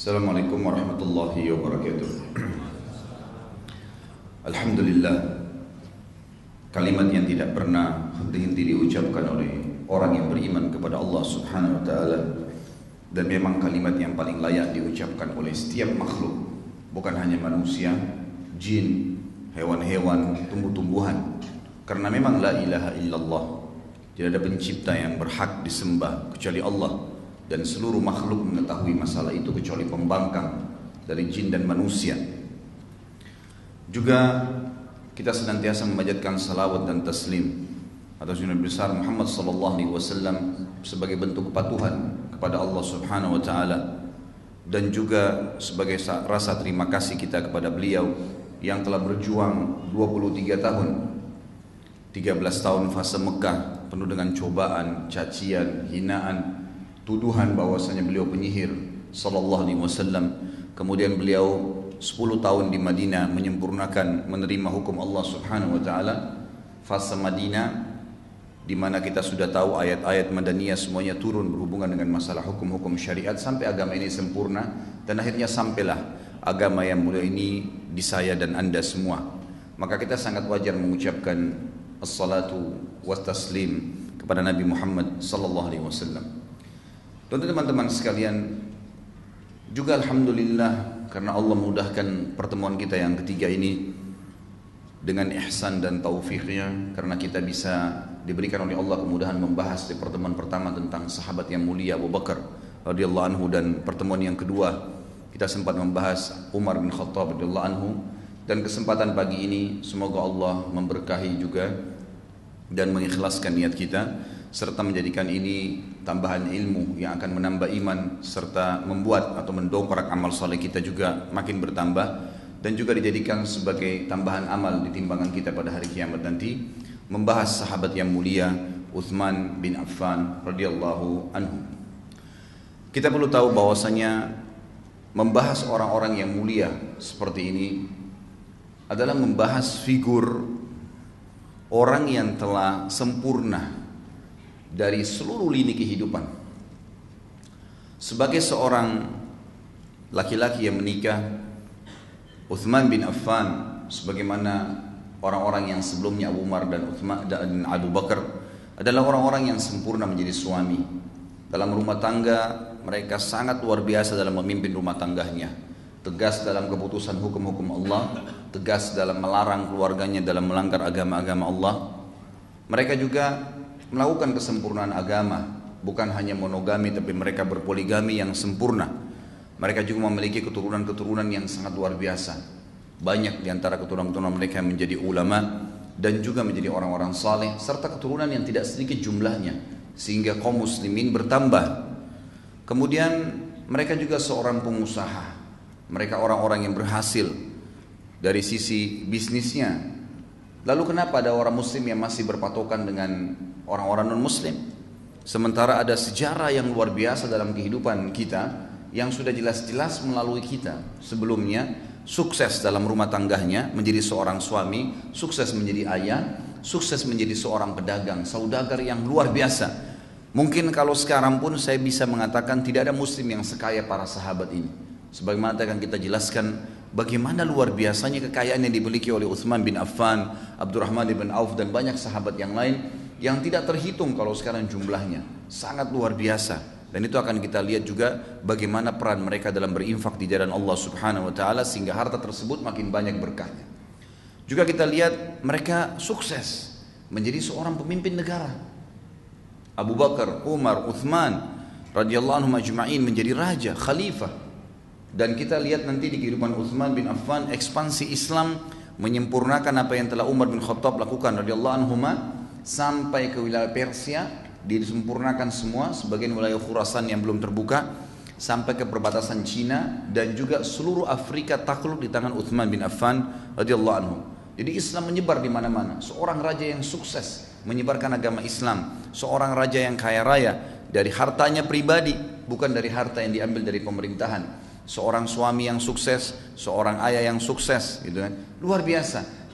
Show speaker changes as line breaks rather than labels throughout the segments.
Assalamualaikum warahmatullahi wabarakatuh. Alhamdulillah, kalimat yang tidak pernah henti-henti diucapkan oleh orang yang beriman kepada Allah Subhanahu wa taala, dan memang kalimat yang paling layak diucapkan oleh setiap makhluk, bukan hanya manusia, jin, hewan-hewan, tumbuh-tumbuhan. Karena memang la ilaha illallah, tidak ada pencipta yang berhak disembah kecuali Allah, dan seluruh makhluk mengetahui masalah itu kecuali pembangkang dari jin dan manusia. Juga kita senantiasa memanjatkan salawat dan taslim atas Nabi besar Muhammad sallallahu alaihi wasallam sebagai bentuk kepatuhan kepada Allah Subhanahu wa taala, dan juga sebagai rasa terima kasih kita kepada beliau yang telah berjuang 23 tahun, 13 tahun fase Mekah penuh dengan cobaan, cacian, hinaan, tuduhan bahwasanya beliau penyihir sallallahu alaihi wasallam. Kemudian beliau 10 tahun di Madinah menyempurnakan menerima hukum Allah Subhanahu wa taala. Fase Madinah di mana kita sudah tahu ayat-ayat Madaniyah semuanya turun berhubungan dengan masalah hukum-hukum syariat sampai agama ini sempurna, dan akhirnya sampailah agama yang mulia ini di saya dan Anda semua. Maka kita sangat wajar mengucapkan as-salatu was taslim kepada Nabi Muhammad sallallahu alaihi wasallam. Tentu teman-teman sekalian, juga alhamdulillah karena Allah mudahkan pertemuan kita yang ketiga ini dengan ihsan dan taufiknya, karena kita bisa diberikan oleh Allah kemudahan membahas di pertemuan pertama tentang sahabat yang mulia Abu Bakar radhiyallahu anhu, dan pertemuan yang kedua kita sempat membahas Umar bin Khattab radhiyallahu anhu. Dan kesempatan pagi ini semoga Allah memberkahi juga dan mengikhlaskan niat kita, serta menjadikan ini tambahan ilmu yang akan menambah iman serta membuat atau mendongkrak amal soleh kita juga makin bertambah, dan juga dijadikan sebagai tambahan amal di timbangan kita pada hari kiamat nanti, membahas sahabat yang mulia Uthman bin Affan radhiyallahu anhu. Kita perlu tahu bahwasanya membahas orang-orang yang mulia seperti ini adalah membahas figur orang yang telah sempurna dari seluruh lini kehidupan. Sebagai seorang laki-laki yang menikah, Uthman bin Affan sebagaimana orang-orang yang sebelumnya Abu Umar dan Uthman dan Abu Bakar adalah orang-orang yang sempurna menjadi suami. Dalam rumah tangga mereka sangat luar biasa dalam memimpin rumah tangganya, tegas dalam keputusan hukum-hukum Allah, tegas dalam melarang keluarganya dalam melanggar agama-agama Allah. Mereka juga melakukan kesempurnaan agama, bukan hanya monogami tapi mereka berpoligami yang sempurna. Mereka juga memiliki keturunan-keturunan yang sangat luar biasa. Banyak di antara keturunan-keturunan mereka menjadi ulama dan juga menjadi orang-orang saleh, serta keturunan yang tidak sedikit jumlahnya, sehingga kaum muslimin bertambah. Kemudian mereka juga seorang pengusaha. Mereka orang-orang yang berhasil dari sisi bisnisnya. Lalu kenapa ada orang muslim yang masih berpatokan dengan orang-orang non-muslim? Sementara ada sejarah yang luar biasa dalam kehidupan kita yang sudah jelas-jelas melalui kita. Sebelumnya sukses dalam rumah tangganya menjadi seorang suami, sukses menjadi ayah, sukses menjadi seorang pedagang, saudagar yang luar biasa. Mungkin kalau sekarang pun saya bisa mengatakan tidak ada muslim yang sekaya para sahabat ini. Sebagaimana akan kita jelaskan bagaimana luar biasanya kekayaan yang dimiliki oleh Uthman bin Affan, Abdurrahman bin Auf, dan banyak sahabat yang lain yang tidak terhitung kalau sekarang jumlahnya, sangat luar biasa. Dan itu akan kita lihat juga bagaimana peran mereka dalam berinfak di jalan Allah Subhanahu wa taala sehingga harta tersebut makin banyak berkahnya. Juga kita lihat mereka sukses menjadi seorang pemimpin negara. Abu Bakar, Umar, Uthman radhiyallahu anhum ajma'in menjadi raja, khalifah. Dan kita lihat nanti di kehidupan Uthman bin Affan ekspansi Islam, menyempurnakan apa yang telah Umar bin Khattab lakukan radhiyallahu anhuma sampai ke wilayah Persia, disempurnakan semua, sebagian wilayah Khurasan yang belum terbuka sampai ke perbatasan Cina, dan juga seluruh Afrika takluk di tangan Uthman bin Affan radhiyallahu anhu. Jadi Islam menyebar di mana-mana. Seorang raja yang sukses menyebarkan agama Islam, seorang raja yang kaya raya dari hartanya pribadi, bukan dari harta yang diambil dari pemerintahan. Seorang suami yang sukses, seorang ayah yang sukses, gitu kan. Luar biasa.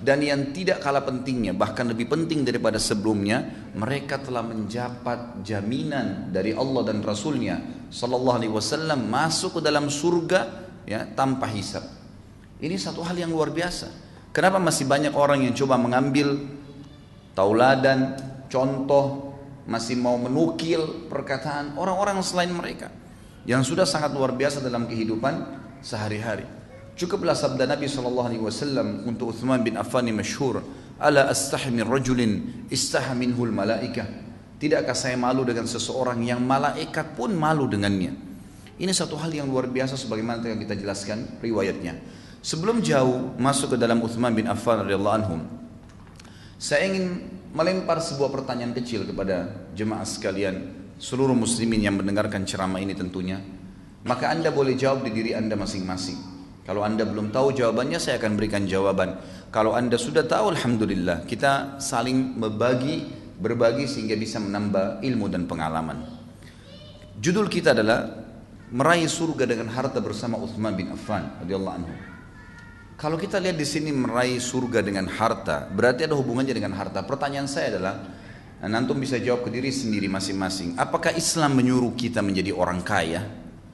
Dan yang tidak kalah pentingnya, bahkan lebih penting daripada sebelumnya, mereka telah mendapat jaminan dari Allah dan Rasulnya Sallallahu Alaihi Wasallam masuk ke dalam surga ya, tanpa hisab. Ini satu hal yang luar biasa. Kenapa masih banyak orang yang coba mengambil tauladan, contoh, masih mau menukil perkataan orang-orang selain mereka yang sudah sangat luar biasa dalam kehidupan sehari-hari. Cukuplah sabda Nabi SAW untuk Uthman bin Affan yang masyhur, ala astahi min rajulin istaha minhul malaikah. Tidakkah saya malu dengan seseorang yang malaikat pun malu dengannya. Ini satu hal yang luar biasa sebagaimana yang kita jelaskan riwayatnya. Sebelum jauh masuk ke dalam Uthman bin Affan radhiyallahu anhum, saya ingin melempar sebuah pertanyaan kecil kepada jemaah sekalian, seluruh muslimin yang mendengarkan ceramah ini tentunya. Maka Anda boleh jawab di diri Anda masing-masing. Kalau Anda belum tahu jawabannya, saya akan berikan jawaban. Kalau Anda sudah tahu, alhamdulillah, kita saling berbagi sehingga bisa menambah ilmu dan pengalaman. Judul kita adalah meraih surga dengan harta bersama Uthman bin Affan radhiyallahu anhu. Kalau kita lihat di sini meraih surga dengan harta, berarti ada hubungannya dengan harta. Pertanyaan saya adalah, antum bisa jawab ke diri sendiri masing-masing. Apakah Islam menyuruh kita menjadi orang kaya?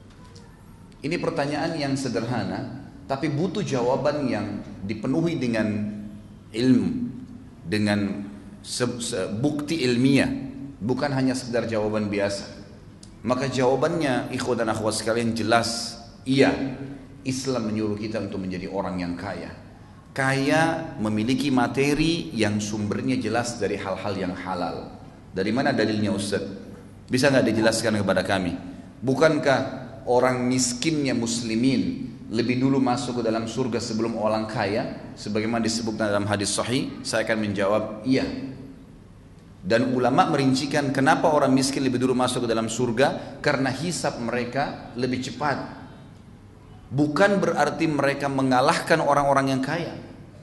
Ini pertanyaan yang sederhana, tapi butuh jawaban yang dipenuhi dengan ilmu, dengan bukti ilmiah, bukan hanya sekedar jawaban biasa. Maka jawabannya, ikhwan dan akhwat sekalian, jelas, iya. Islam menyuruh kita untuk menjadi orang yang kaya. Kaya memiliki materi yang sumbernya jelas dari hal-hal yang halal. Dari mana dalilnya Ustaz? Bisa nggak dijelaskan kepada kami? Bukankah orang miskinnya muslimin lebih dulu masuk ke dalam surga sebelum orang kaya? Sebagaimana disebutkan dalam hadis sahih, saya akan menjawab iya. Dan ulama merincikan kenapa orang miskin lebih dulu masuk ke dalam surga, karena hisab mereka lebih cepat. Bukan berarti mereka mengalahkan orang-orang yang kaya.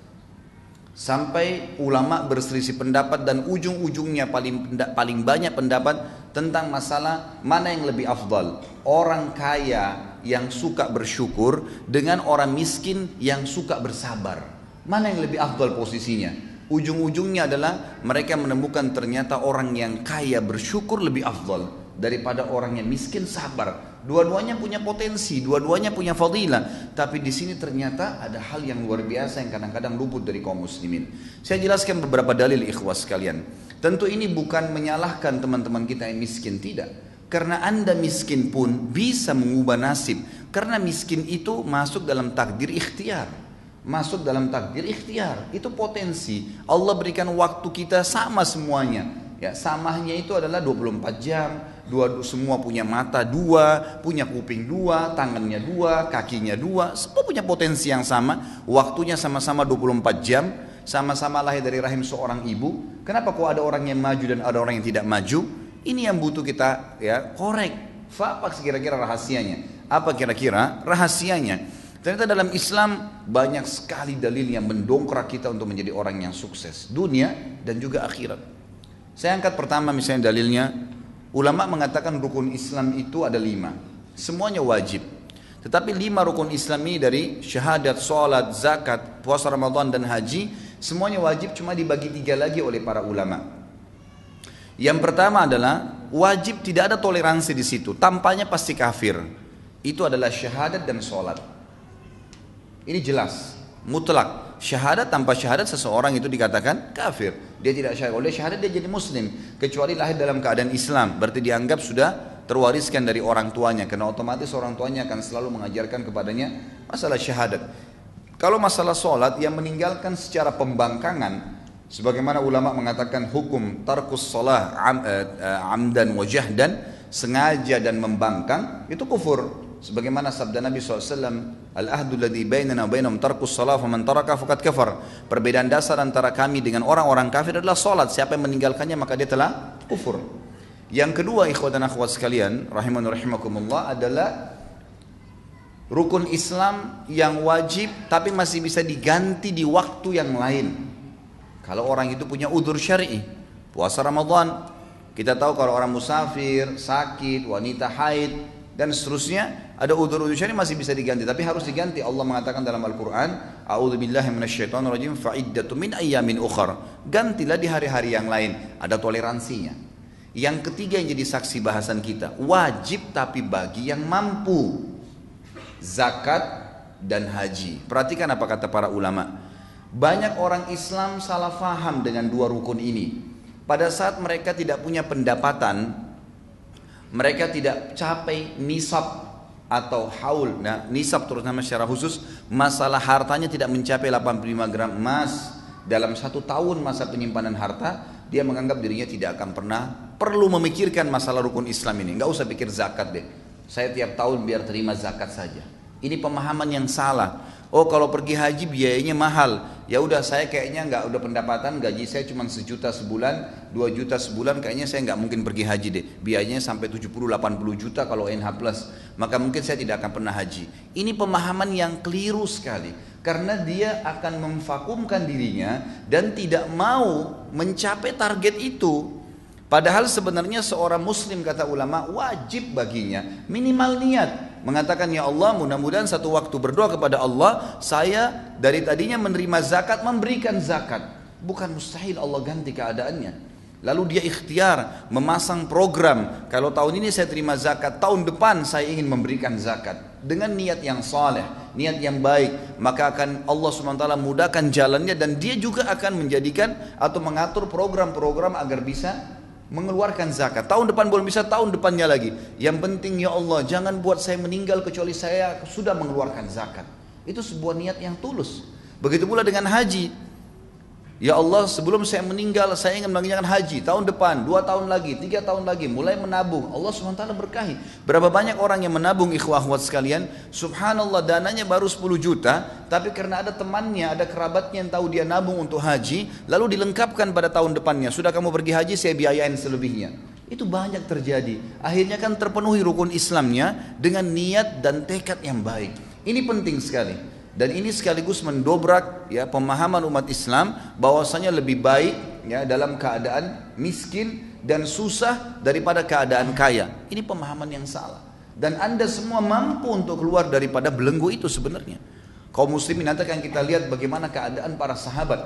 Sampai ulama berselisih pendapat dan ujung-ujungnya paling banyak pendapat tentang masalah mana yang lebih afdal. Orang kaya yang suka bersyukur dengan orang miskin yang suka bersabar. Mana yang lebih afdal posisinya? Ujung-ujungnya adalah mereka menemukan ternyata orang yang kaya bersyukur lebih afdal daripada orang yang miskin sabar. Dua-duanya punya potensi, dua-duanya punya fadilah. Tapi di sini ternyata ada hal yang luar biasa yang kadang-kadang luput dari kaum muslimin. Saya jelaskan beberapa dalil ikhwas sekalian. Tentu ini bukan menyalahkan teman-teman kita yang miskin, tidak. Karena Anda miskin pun bisa mengubah nasib. Karena miskin itu masuk dalam takdir ikhtiar. Masuk dalam takdir ikhtiar. Itu potensi. Allah berikan waktu kita sama semuanya. Ya, samanya itu adalah 24 jam, semua punya mata dua, punya kuping dua, tangannya dua, kakinya dua, semua punya potensi yang sama, waktunya sama-sama 24 jam, sama-sama lahir dari rahim seorang ibu. Kenapa kok ada orang yang maju dan ada orang yang tidak maju? Ini yang butuh kita ya korek. Apa kira-kira rahasianya? Apa kira-kira rahasianya? Ternyata dalam Islam banyak sekali dalil yang mendongkrak kita untuk menjadi orang yang sukses, dunia dan juga akhirat. Saya angkat pertama misalnya dalilnya, ulama mengatakan rukun Islam itu ada 5, semuanya wajib. Tetapi 5 rukun Islam ini dari syahadat, sholat, zakat, puasa Ramadan dan haji, semuanya wajib, cuma dibagi 3 lagi oleh para ulama. Yang pertama adalah wajib, tidak ada toleransi di situ, tampaknya pasti kafir. Itu adalah syahadat dan sholat. Ini jelas, mutlak. Syahadat, tanpa syahadat seseorang itu dikatakan kafir. Dia tidak syahadat, oleh syahadat dia jadi muslim. Kecuali lahir dalam keadaan Islam, berarti dianggap sudah terwariskan dari orang tuanya. Karena otomatis orang tuanya akan selalu mengajarkan kepadanya masalah syahadat. Kalau masalah sholat, yang meninggalkan secara pembangkangan, sebagaimana ulama mengatakan hukum tarkus sholah amdan wa jahdan, sengaja dan membangkang, itu kufur. Sebagaimana sabda Nabi SAW, al-ahdu alladhi bainana wa bainahum tarkus salat faman taraka faqad kafar. Perbedaan dasar antara kami dengan orang-orang kafir adalah salat. Siapa yang meninggalkannya maka dia telah kufur. Yang kedua, ikhwan dan akhwat sekalian, rahimani rahimakumullah, adalah rukun Islam yang wajib tapi masih bisa diganti di waktu yang lain. Kalau orang itu punya udzur syar'i, puasa Ramadan. Kita tahu kalau orang musafir, sakit, wanita haid, dan seterusnya. Ada udzur-udzur syar'i masih bisa diganti, tapi harus diganti. Allah mengatakan dalam Al-Quran, a'udzubillahi minasyaitonirrajim, fa'iddatun min ayyamin ukhar. Gantilah di hari-hari yang lain, ada toleransinya. Yang ketiga yang jadi saksi bahasan kita, wajib tapi bagi yang mampu, zakat dan haji. Perhatikan apa kata para ulama. Banyak orang Islam salah faham dengan dua rukun ini. Pada saat mereka tidak punya pendapatan, mereka tidak capai nisab atau haul. Nah, nisab terutama secara khusus, masalah hartanya tidak mencapai 85 gram emas dalam 1 tahun masa penyimpanan harta, dia menganggap dirinya tidak akan pernah perlu memikirkan masalah rukun Islam ini. Nggak usah pikir zakat deh. Saya tiap tahun biar terima zakat saja. Ini pemahaman yang salah. Oh, kalau pergi haji biayanya mahal. Ya udah, saya kayaknya nggak, udah pendapatan gaji saya cuma 1 juta sebulan, 2 juta sebulan, kayaknya saya nggak mungkin pergi haji deh. Biayanya sampai 70-80 juta kalau NH plus. Maka mungkin saya tidak akan pernah haji. Ini pemahaman yang keliru sekali. Karena dia akan memvakumkan dirinya dan tidak mau mencapai target itu. Padahal sebenarnya seorang muslim, kata ulama, wajib baginya minimal niat, mengatakan, ya Allah, mudah-mudahan satu waktu berdoa kepada Allah, saya dari tadinya menerima zakat, memberikan zakat. Bukan mustahil Allah ganti keadaannya. Lalu dia ikhtiar memasang program, kalau tahun ini saya terima zakat, tahun depan saya ingin memberikan zakat. Dengan niat yang saleh, niat yang baik, maka akan Allah SWT mudahkan jalannya, dan dia juga akan menjadikan atau mengatur program-program agar bisa mengeluarkan zakat. Tahun depan belum bisa, tahun depannya lagi. Yang penting ya Allah, jangan buat saya meninggal kecuali saya sudah mengeluarkan zakat. Itu sebuah niat yang tulus. Begitu pula dengan haji. Ya Allah, sebelum saya meninggal saya ingin mengerjakan haji. Tahun depan, 2 tahun lagi, 3 tahun lagi, mulai menabung. Allah SWT berkahi. Berapa banyak orang yang menabung, ikhwah akhwat sekalian. Subhanallah, dananya baru 10 juta. Tapi karena ada temannya, ada kerabatnya yang tahu dia nabung untuk haji, lalu dilengkapkan pada tahun depannya. Sudah kamu pergi haji, saya biayain selebihnya. Itu banyak terjadi. Akhirnya kan terpenuhi rukun Islamnya dengan niat dan tekad yang baik. Ini penting sekali. Dan ini sekaligus mendobrak ya pemahaman umat Islam bahwasanya lebih baik ya dalam keadaan miskin dan susah daripada keadaan kaya. Ini pemahaman yang salah. Dan Anda semua mampu untuk keluar daripada belenggu itu sebenarnya. Kaum muslimin, nanti akan kita lihat bagaimana keadaan para sahabat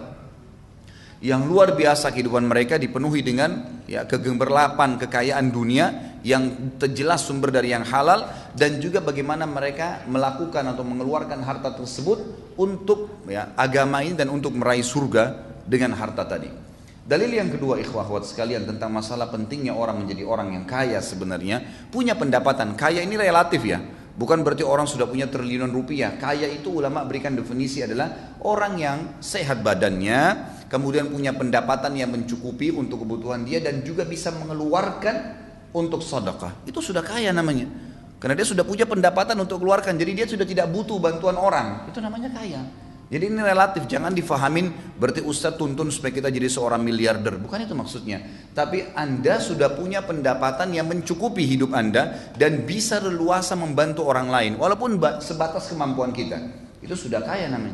yang luar biasa, kehidupan mereka dipenuhi dengan ya kegemerlapan kekayaan dunia yang jelas sumber dari yang halal, dan juga bagaimana mereka melakukan atau mengeluarkan harta tersebut untuk ya agama ini dan untuk meraih surga dengan harta tadi. Dalil yang kedua, ikhwah akhwat sekalian, tentang masalah pentingnya orang menjadi orang yang kaya, sebenarnya punya pendapatan. Kaya ini relatif ya, bukan berarti orang sudah punya triliunan rupiah. Kaya itu ulama berikan definisi adalah orang yang sehat badannya, kemudian punya pendapatan yang mencukupi untuk kebutuhan dia, dan juga bisa mengeluarkan untuk sedekah. Itu sudah kaya namanya. Karena dia sudah punya pendapatan untuk keluarkan, jadi dia sudah tidak butuh bantuan orang. Itu namanya kaya. Jadi ini relatif, jangan difahamin berarti Ustadz tuntun supaya kita jadi seorang miliarder. Bukan itu maksudnya. Tapi Anda sudah punya pendapatan yang mencukupi hidup Anda dan bisa leluasa membantu orang lain walaupun sebatas kemampuan kita. Itu sudah kaya namanya.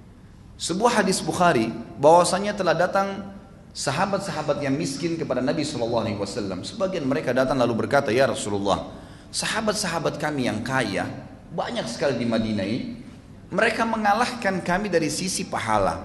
Sebuah hadis Bukhari bahwasanya telah datang sahabat-sahabat yang miskin kepada Nabi SAW. Sebagian mereka datang lalu berkata, ya Rasulullah, sahabat-sahabat kami yang kaya banyak sekali di Madinah ini, mereka mengalahkan kami dari sisi pahala.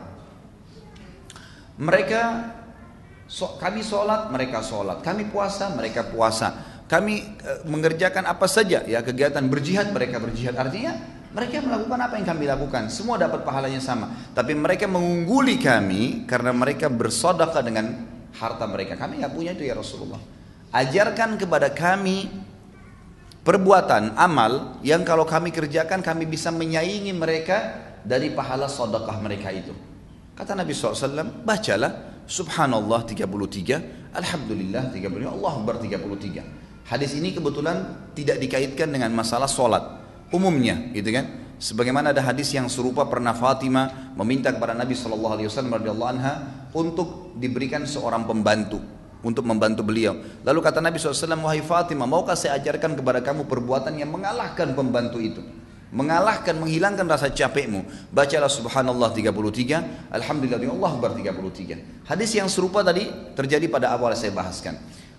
Kami sholat, mereka sholat. Kami puasa, mereka puasa. Kami mengerjakan apa saja ya kegiatan berjihad, mereka berjihad. Artinya mereka melakukan apa yang kami lakukan, semua dapat pahalanya sama. Tapi mereka mengungguli kami karena mereka bersedekah dengan harta mereka. Kami nggak punya itu ya Rasulullah. Ajarkan kepada kami perbuatan amal yang kalau kami kerjakan kami bisa menyaingi mereka dari pahala sedekah mereka itu. Kata Nabi SAW, bacalah Subhanallah 33, Alhamdulillah 33, Allahu Akbar 33. Hadis ini kebetulan tidak dikaitkan dengan masalah sholat umumnya, gitu kan? Sebagaimana ada hadis yang serupa, pernah Fatimah meminta kepada Nabi SAW radhiyallahu anha untuk diberikan seorang pembantu untuk membantu beliau. Lalu kata Nabi SAW, wahai Fatimah, maukah saya ajarkan kepada kamu perbuatan yang mengalahkan pembantu itu? Mengalahkan, menghilangkan rasa capekmu. Bacalah Subhanallah 33, Alhamdulillah, Allah Akbar 33. Hadis yang serupa tadi terjadi pada awal saya bahaskan.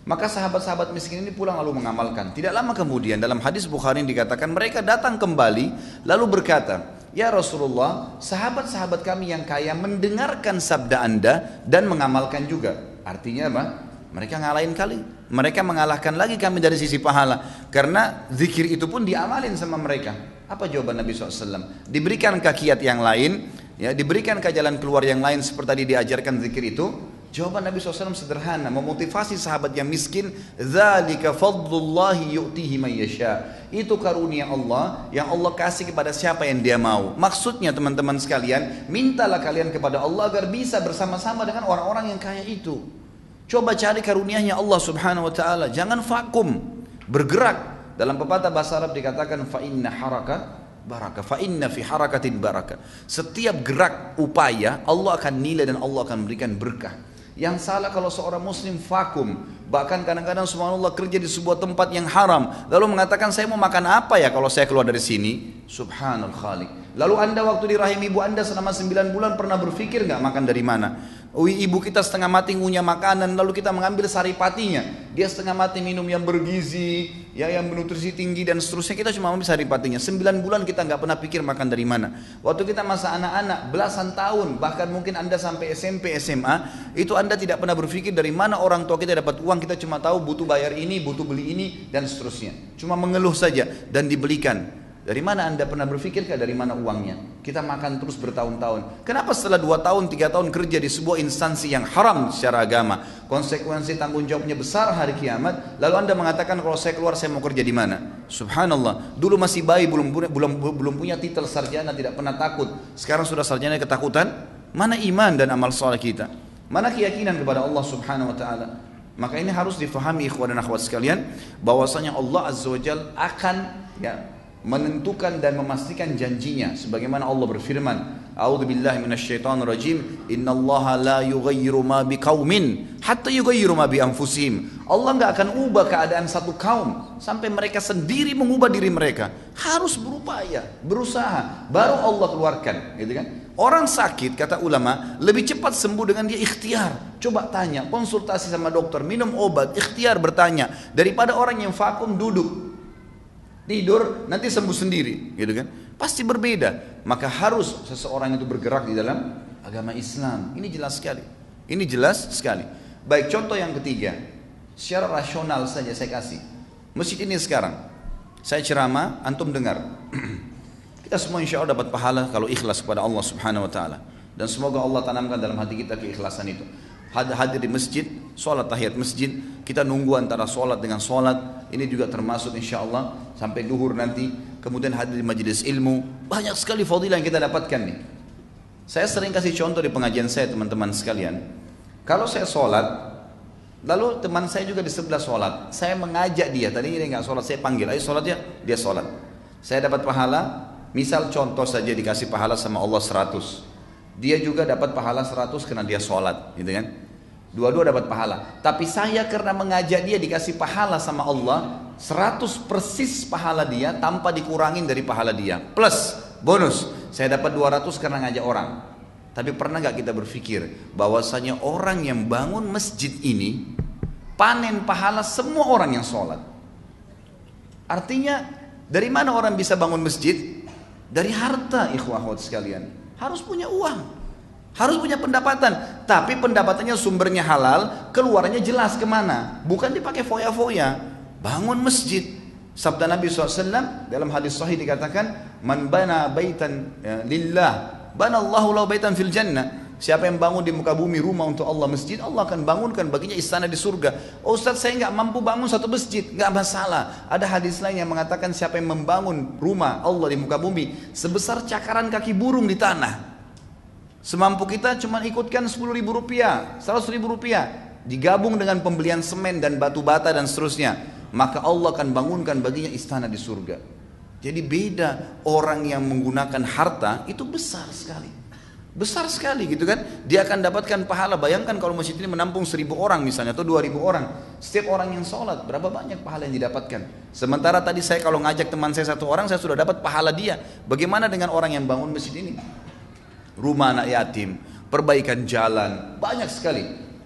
Maka sahabat-sahabat miskin ini pulang lalu mengamalkan. Tidak lama kemudian dalam hadis Bukhari dikatakan mereka datang kembali lalu berkata, "Ya Rasulullah, sahabat-sahabat kami yang kaya mendengarkan sabda Anda dan mengamalkan juga." Artinya apa? Mereka ngalahin kali. Mereka mengalahkan lagi kami dari sisi pahala. Karena zikir itu pun diamalin sama mereka. Apa jawaban Nabi SAW? Diberikan kiat yang lain, ya, diberikan ke jalan keluar yang lain seperti tadi diajarkan zikir itu. Jawaban Nabi SAW sederhana, memotivasi sahabat yang miskin, "Dzalika fadlullahi yu'tihi man yasha." Itu karunia Allah yang Allah kasih kepada siapa yang Dia mau. Maksudnya teman-teman sekalian, mintalah kalian kepada Allah agar bisa bersama-sama dengan orang-orang yang kaya itu. Coba cari karunia-Nya Allah Subhanahu wa taala, jangan vakum, bergerak. Dalam pepatah bahasa Arab dikatakan fa inna haraka barakah, fa inna fi harakatin barakah. Setiap gerak upaya Allah akan nilai dan Allah akan memberikan berkah. Yang salah kalau seorang muslim vakum, bahkan kadang-kadang subhanallah kerja di sebuah tempat yang haram, lalu mengatakan saya mau makan apa ya kalau saya keluar dari sini? Subhanal Khaliq. Lalu anda waktu di rahim ibu anda selama 9 bulan pernah berpikir nggak makan dari mana? Ibu kita setengah mati ngunyah makanan, lalu kita mengambil saripatinya. Dia setengah mati minum yang bergizi, ya, yang bernutrisi tinggi dan seterusnya. Kita cuma ambil saripatinya. 9 bulan kita nggak pernah pikir makan dari mana. Waktu kita masa anak-anak, belasan tahun, bahkan mungkin anda sampai SMP, SMA, itu anda tidak pernah berpikir dari mana orang tua kita dapat uang. Kita cuma tahu butuh bayar ini, butuh beli ini, dan seterusnya. Cuma mengeluh saja dan dibelikan. Dari mana anda pernah berpikir dari mana uangnya? Kita makan terus bertahun-tahun. Kenapa setelah 2 tahun, 3 tahun kerja di sebuah instansi yang haram secara agama, konsekuensi tanggung jawabnya besar hari kiamat, lalu anda mengatakan kalau saya keluar saya mau kerja di mana? Subhanallah. Dulu masih bayi, belum punya titel sarjana, tidak pernah takut. Sekarang sudah sarjana ketakutan. Mana iman dan amal saleh kita? Mana keyakinan kepada Allah Subhanahu wa taala? Maka ini harus difahami ikhwan dan akhwat sekalian, bahwasanya Allah Azza wa Jalla akan, ya, menentukan dan memastikan janjinya sebagaimana Allah berfirman, a'udzubillahi minasyaitonirrajim, innallaha la yughayyiru ma biqaumin hatta yughayyiru ma bi anfusihim. Allah enggak akan ubah keadaan satu kaum sampai mereka sendiri mengubah diri mereka. Harus berupaya, berusaha, baru Allah keluarkan, gitu kan? Orang sakit, kata ulama, lebih cepat sembuh dengan dia ikhtiar. Coba tanya, konsultasi sama dokter, minum obat, ikhtiar bertanya, daripada orang yang vakum duduk tidur nanti sembuh sendiri, gitu kan? Pasti berbeda. Maka harus seseorang itu bergerak di dalam agama Islam. Ini jelas sekali. Ini jelas sekali. Baik, contoh yang ketiga, secara rasional saja saya kasih. Masjid ini sekarang, saya ceramah, antum dengar. Kita semua insya Allah dapat pahala kalau ikhlas kepada Allah Subhanahu Wa Taala. Dan semoga Allah tanamkan dalam hati kita keikhlasan itu. Hadir di masjid, sholat tahiyat masjid, kita nunggu antara sholat dengan sholat, ini juga termasuk insya Allah sampai duhur nanti, kemudian hadir di majelis ilmu, banyak sekali fadilah yang kita dapatkan nih. Saya sering kasih contoh di pengajian saya teman-teman sekalian, kalau saya sholat, lalu teman saya juga di sebelah sholat, saya mengajak dia, tadi dia nggak sholat, saya panggil, ayo sholat ya, dia sholat, saya dapat pahala, misal contoh saja dikasih pahala sama Allah 100, dia juga dapat pahala 100 karena dia sholat, gitu kan? Dua-dua dapat pahala. Tapi saya karena mengajak dia dikasih pahala sama Allah 100 persis pahala dia tanpa dikurangin dari pahala dia. Plus bonus, saya dapat 200 karena ngajak orang. Tapi pernah gak kita berpikir bahwasanya orang yang bangun masjid ini panen pahala semua orang yang sholat? Artinya dari mana orang bisa bangun masjid? Dari harta, ikhwah akhwat sekalian. Harus punya uang, harus punya pendapatan, tapi pendapatannya sumbernya halal, keluarnya jelas kemana, bukan dipakai foya-foya. Bangun masjid. Sabda Nabi SAW dalam hadis sahih dikatakan, man bana baitan lillah, bana Allahu lahu baitan fil jannah. Siapa yang bangun di muka bumi rumah untuk Allah, masjid, Allah akan bangunkan baginya istana di surga. Oh Ustaz, saya nggak mampu bangun satu masjid, nggak masalah. Ada hadis lain yang mengatakan siapa yang membangun rumah Allah di muka bumi sebesar cakaran kaki burung di tanah. Semampu kita cuma ikutkan 10.000 rupiah, 100.000 rupiah, digabung dengan pembelian semen dan batu bata dan seterusnya, maka Allah akan bangunkan baginya istana di surga. Jadi beda orang yang menggunakan harta itu besar sekali gitu kan, dia akan dapatkan pahala. Bayangkan kalau masjid ini menampung 1.000 orang misalnya, atau 2.000 orang, setiap orang yang sholat berapa banyak pahala yang didapatkan. Sementara tadi saya kalau ngajak teman saya 1 orang, saya sudah dapat pahala dia. Bagaimana dengan orang yang bangun masjid ini? Rumah anak yatim, perbaikan jalan, banyak sekali.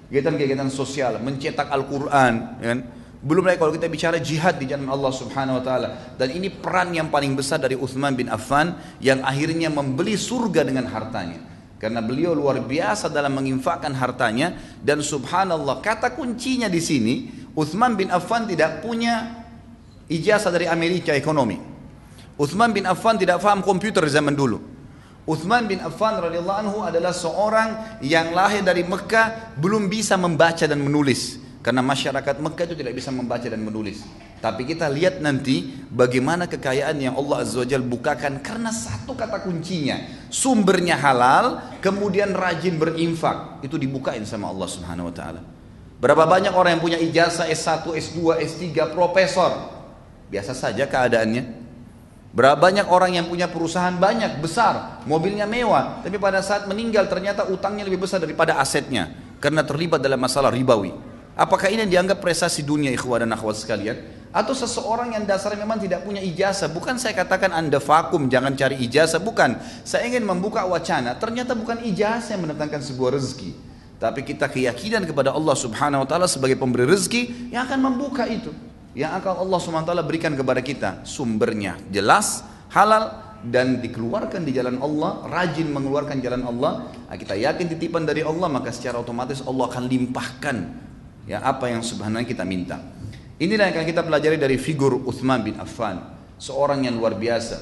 kegiatan-kegiatan sosial, mencetak Al-Quran, ya kan? Belum lagi kalau kita bicara jihad di jalan Allah Subhanahu wa taala. Dan ini peran yang paling besar dari Utsman bin Affan yang akhirnya membeli surga dengan hartanya. Karena beliau luar biasa dalam menginfakkan hartanya, dan subhanallah kata kuncinya di sini, Utsman bin Affan tidak punya ijazah dari Amerika ekonomi. Utsman bin Affan tidak paham komputer zaman dulu. Utsman bin Affan radhiyallahu anhu adalah seorang yang lahir dari Mekah, belum bisa membaca dan menulis. Karena masyarakat Mekah itu tidak bisa membaca dan menulis. Tapi kita lihat nanti bagaimana kekayaan yang Allah Azza wa Jalla bukakan karena satu kata kuncinya. Sumbernya halal, kemudian rajin berinfak. Itu dibukain sama Allah Subhanahu wa taala. Berapa banyak orang yang punya ijazah S1, S2, S3, profesor. Biasa saja keadaannya. Berapa banyak orang yang punya perusahaan banyak, besar, mobilnya mewah, tapi pada saat meninggal ternyata utangnya lebih besar daripada asetnya karena terlibat dalam masalah ribawi. Apakah ini dianggap prestasi dunia, ikhwan dan akhwat sekalian? Atau seseorang yang dasarnya memang tidak punya ijazah? Bukan saya katakan Anda vakum, jangan cari ijazah, bukan. Saya ingin membuka wacana, ternyata bukan ijazah yang mendatangkan sebuah rezeki, tapi kita keyakinan kepada Allah Subhanahu wa taala sebagai pemberi rezeki yang akan membuka itu. Yang akan Allah Subhanahu wa taala berikan kepada kita, sumbernya jelas, halal, dan dikeluarkan di jalan Allah, rajin mengeluarkan jalan Allah. Kita yakin titipan dari Allah, maka secara otomatis Allah akan limpahkan ya apa yang sebenarnya kita minta. Inilah yang akan kita pelajari dari figur Utsman bin Affan, seorang yang luar biasa.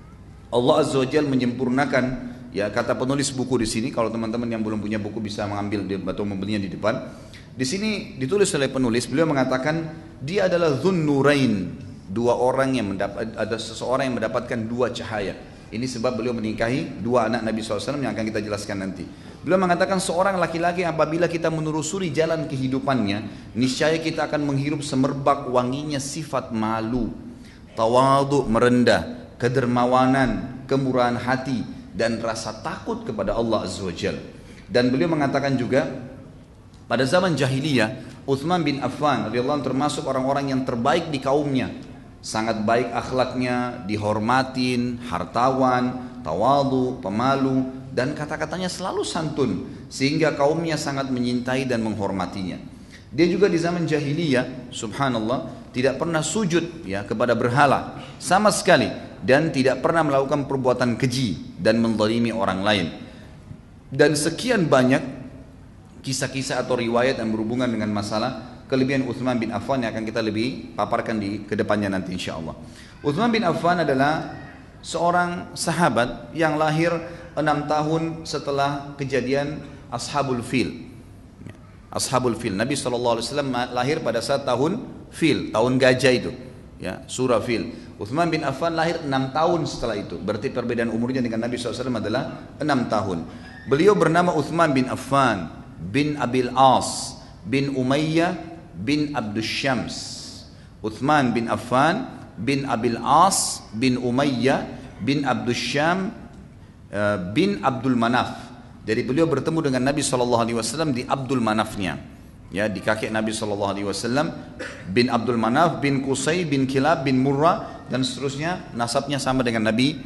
Allah Azza wa Jalla menyempurnakan, ya kata penulis buku di sini, kalau teman-teman yang belum punya buku bisa mengambil atau membelinya di depan. Di sini ditulis oleh penulis, beliau mengatakan dia adalah Dzun Nurain, dua orang yang ada seseorang yang mendapatkan dua cahaya. Ini sebab beliau menikahi dua anak Nabi SAW yang akan kita jelaskan nanti. Beliau mengatakan seorang laki-laki apabila kita menelusuri jalan kehidupannya, niscaya kita akan menghirup semerbak wanginya sifat malu, tawadhu merendah, kedermawanan, kemurahan hati, dan rasa takut kepada Allah Azza wa Jalla. Dan beliau mengatakan juga pada zaman jahiliyah, Utsman bin Affan radhiyallahu anhu termasuk orang-orang yang terbaik di kaumnya. Sangat baik akhlaknya, dihormatin, hartawan, tawadhu, pemalu, dan kata-katanya selalu santun, sehingga kaumnya sangat menyintai dan menghormatinya. Dia juga di zaman jahiliyah, subhanallah, tidak pernah sujud ya kepada berhala sama sekali, dan tidak pernah melakukan perbuatan keji dan menzalimi orang lain. Dan sekian banyak kisah-kisah atau riwayat yang berhubungan dengan masalah kelebihan Utsman bin Affan yang akan kita lebih paparkan di kedepannya nanti insyaallah. Utsman bin Affan adalah seorang sahabat yang lahir 6 tahun setelah kejadian Ashabul Fil. Ashabul Fil, Nabi SAW lahir pada saat tahun Fil, tahun gajah itu, ya, surah Fil. Utsman bin Affan lahir 6 tahun setelah itu, berarti perbedaan umurnya dengan Nabi SAW adalah 6 tahun. Beliau bernama Utsman bin Affan bin Abil As bin Umayyah bin Abdus Syams. Utsman bin Affan bin Abil As bin Umayyah bin Abdus Syam bin Abdul Manaf. Jadi beliau bertemu dengan Nabi SAW di Abdul Manafnya, ya, di kakek Nabi SAW, bin Abdul Manaf bin Qusay bin Kilab bin Murrah, dan seterusnya nasabnya sama dengan Nabi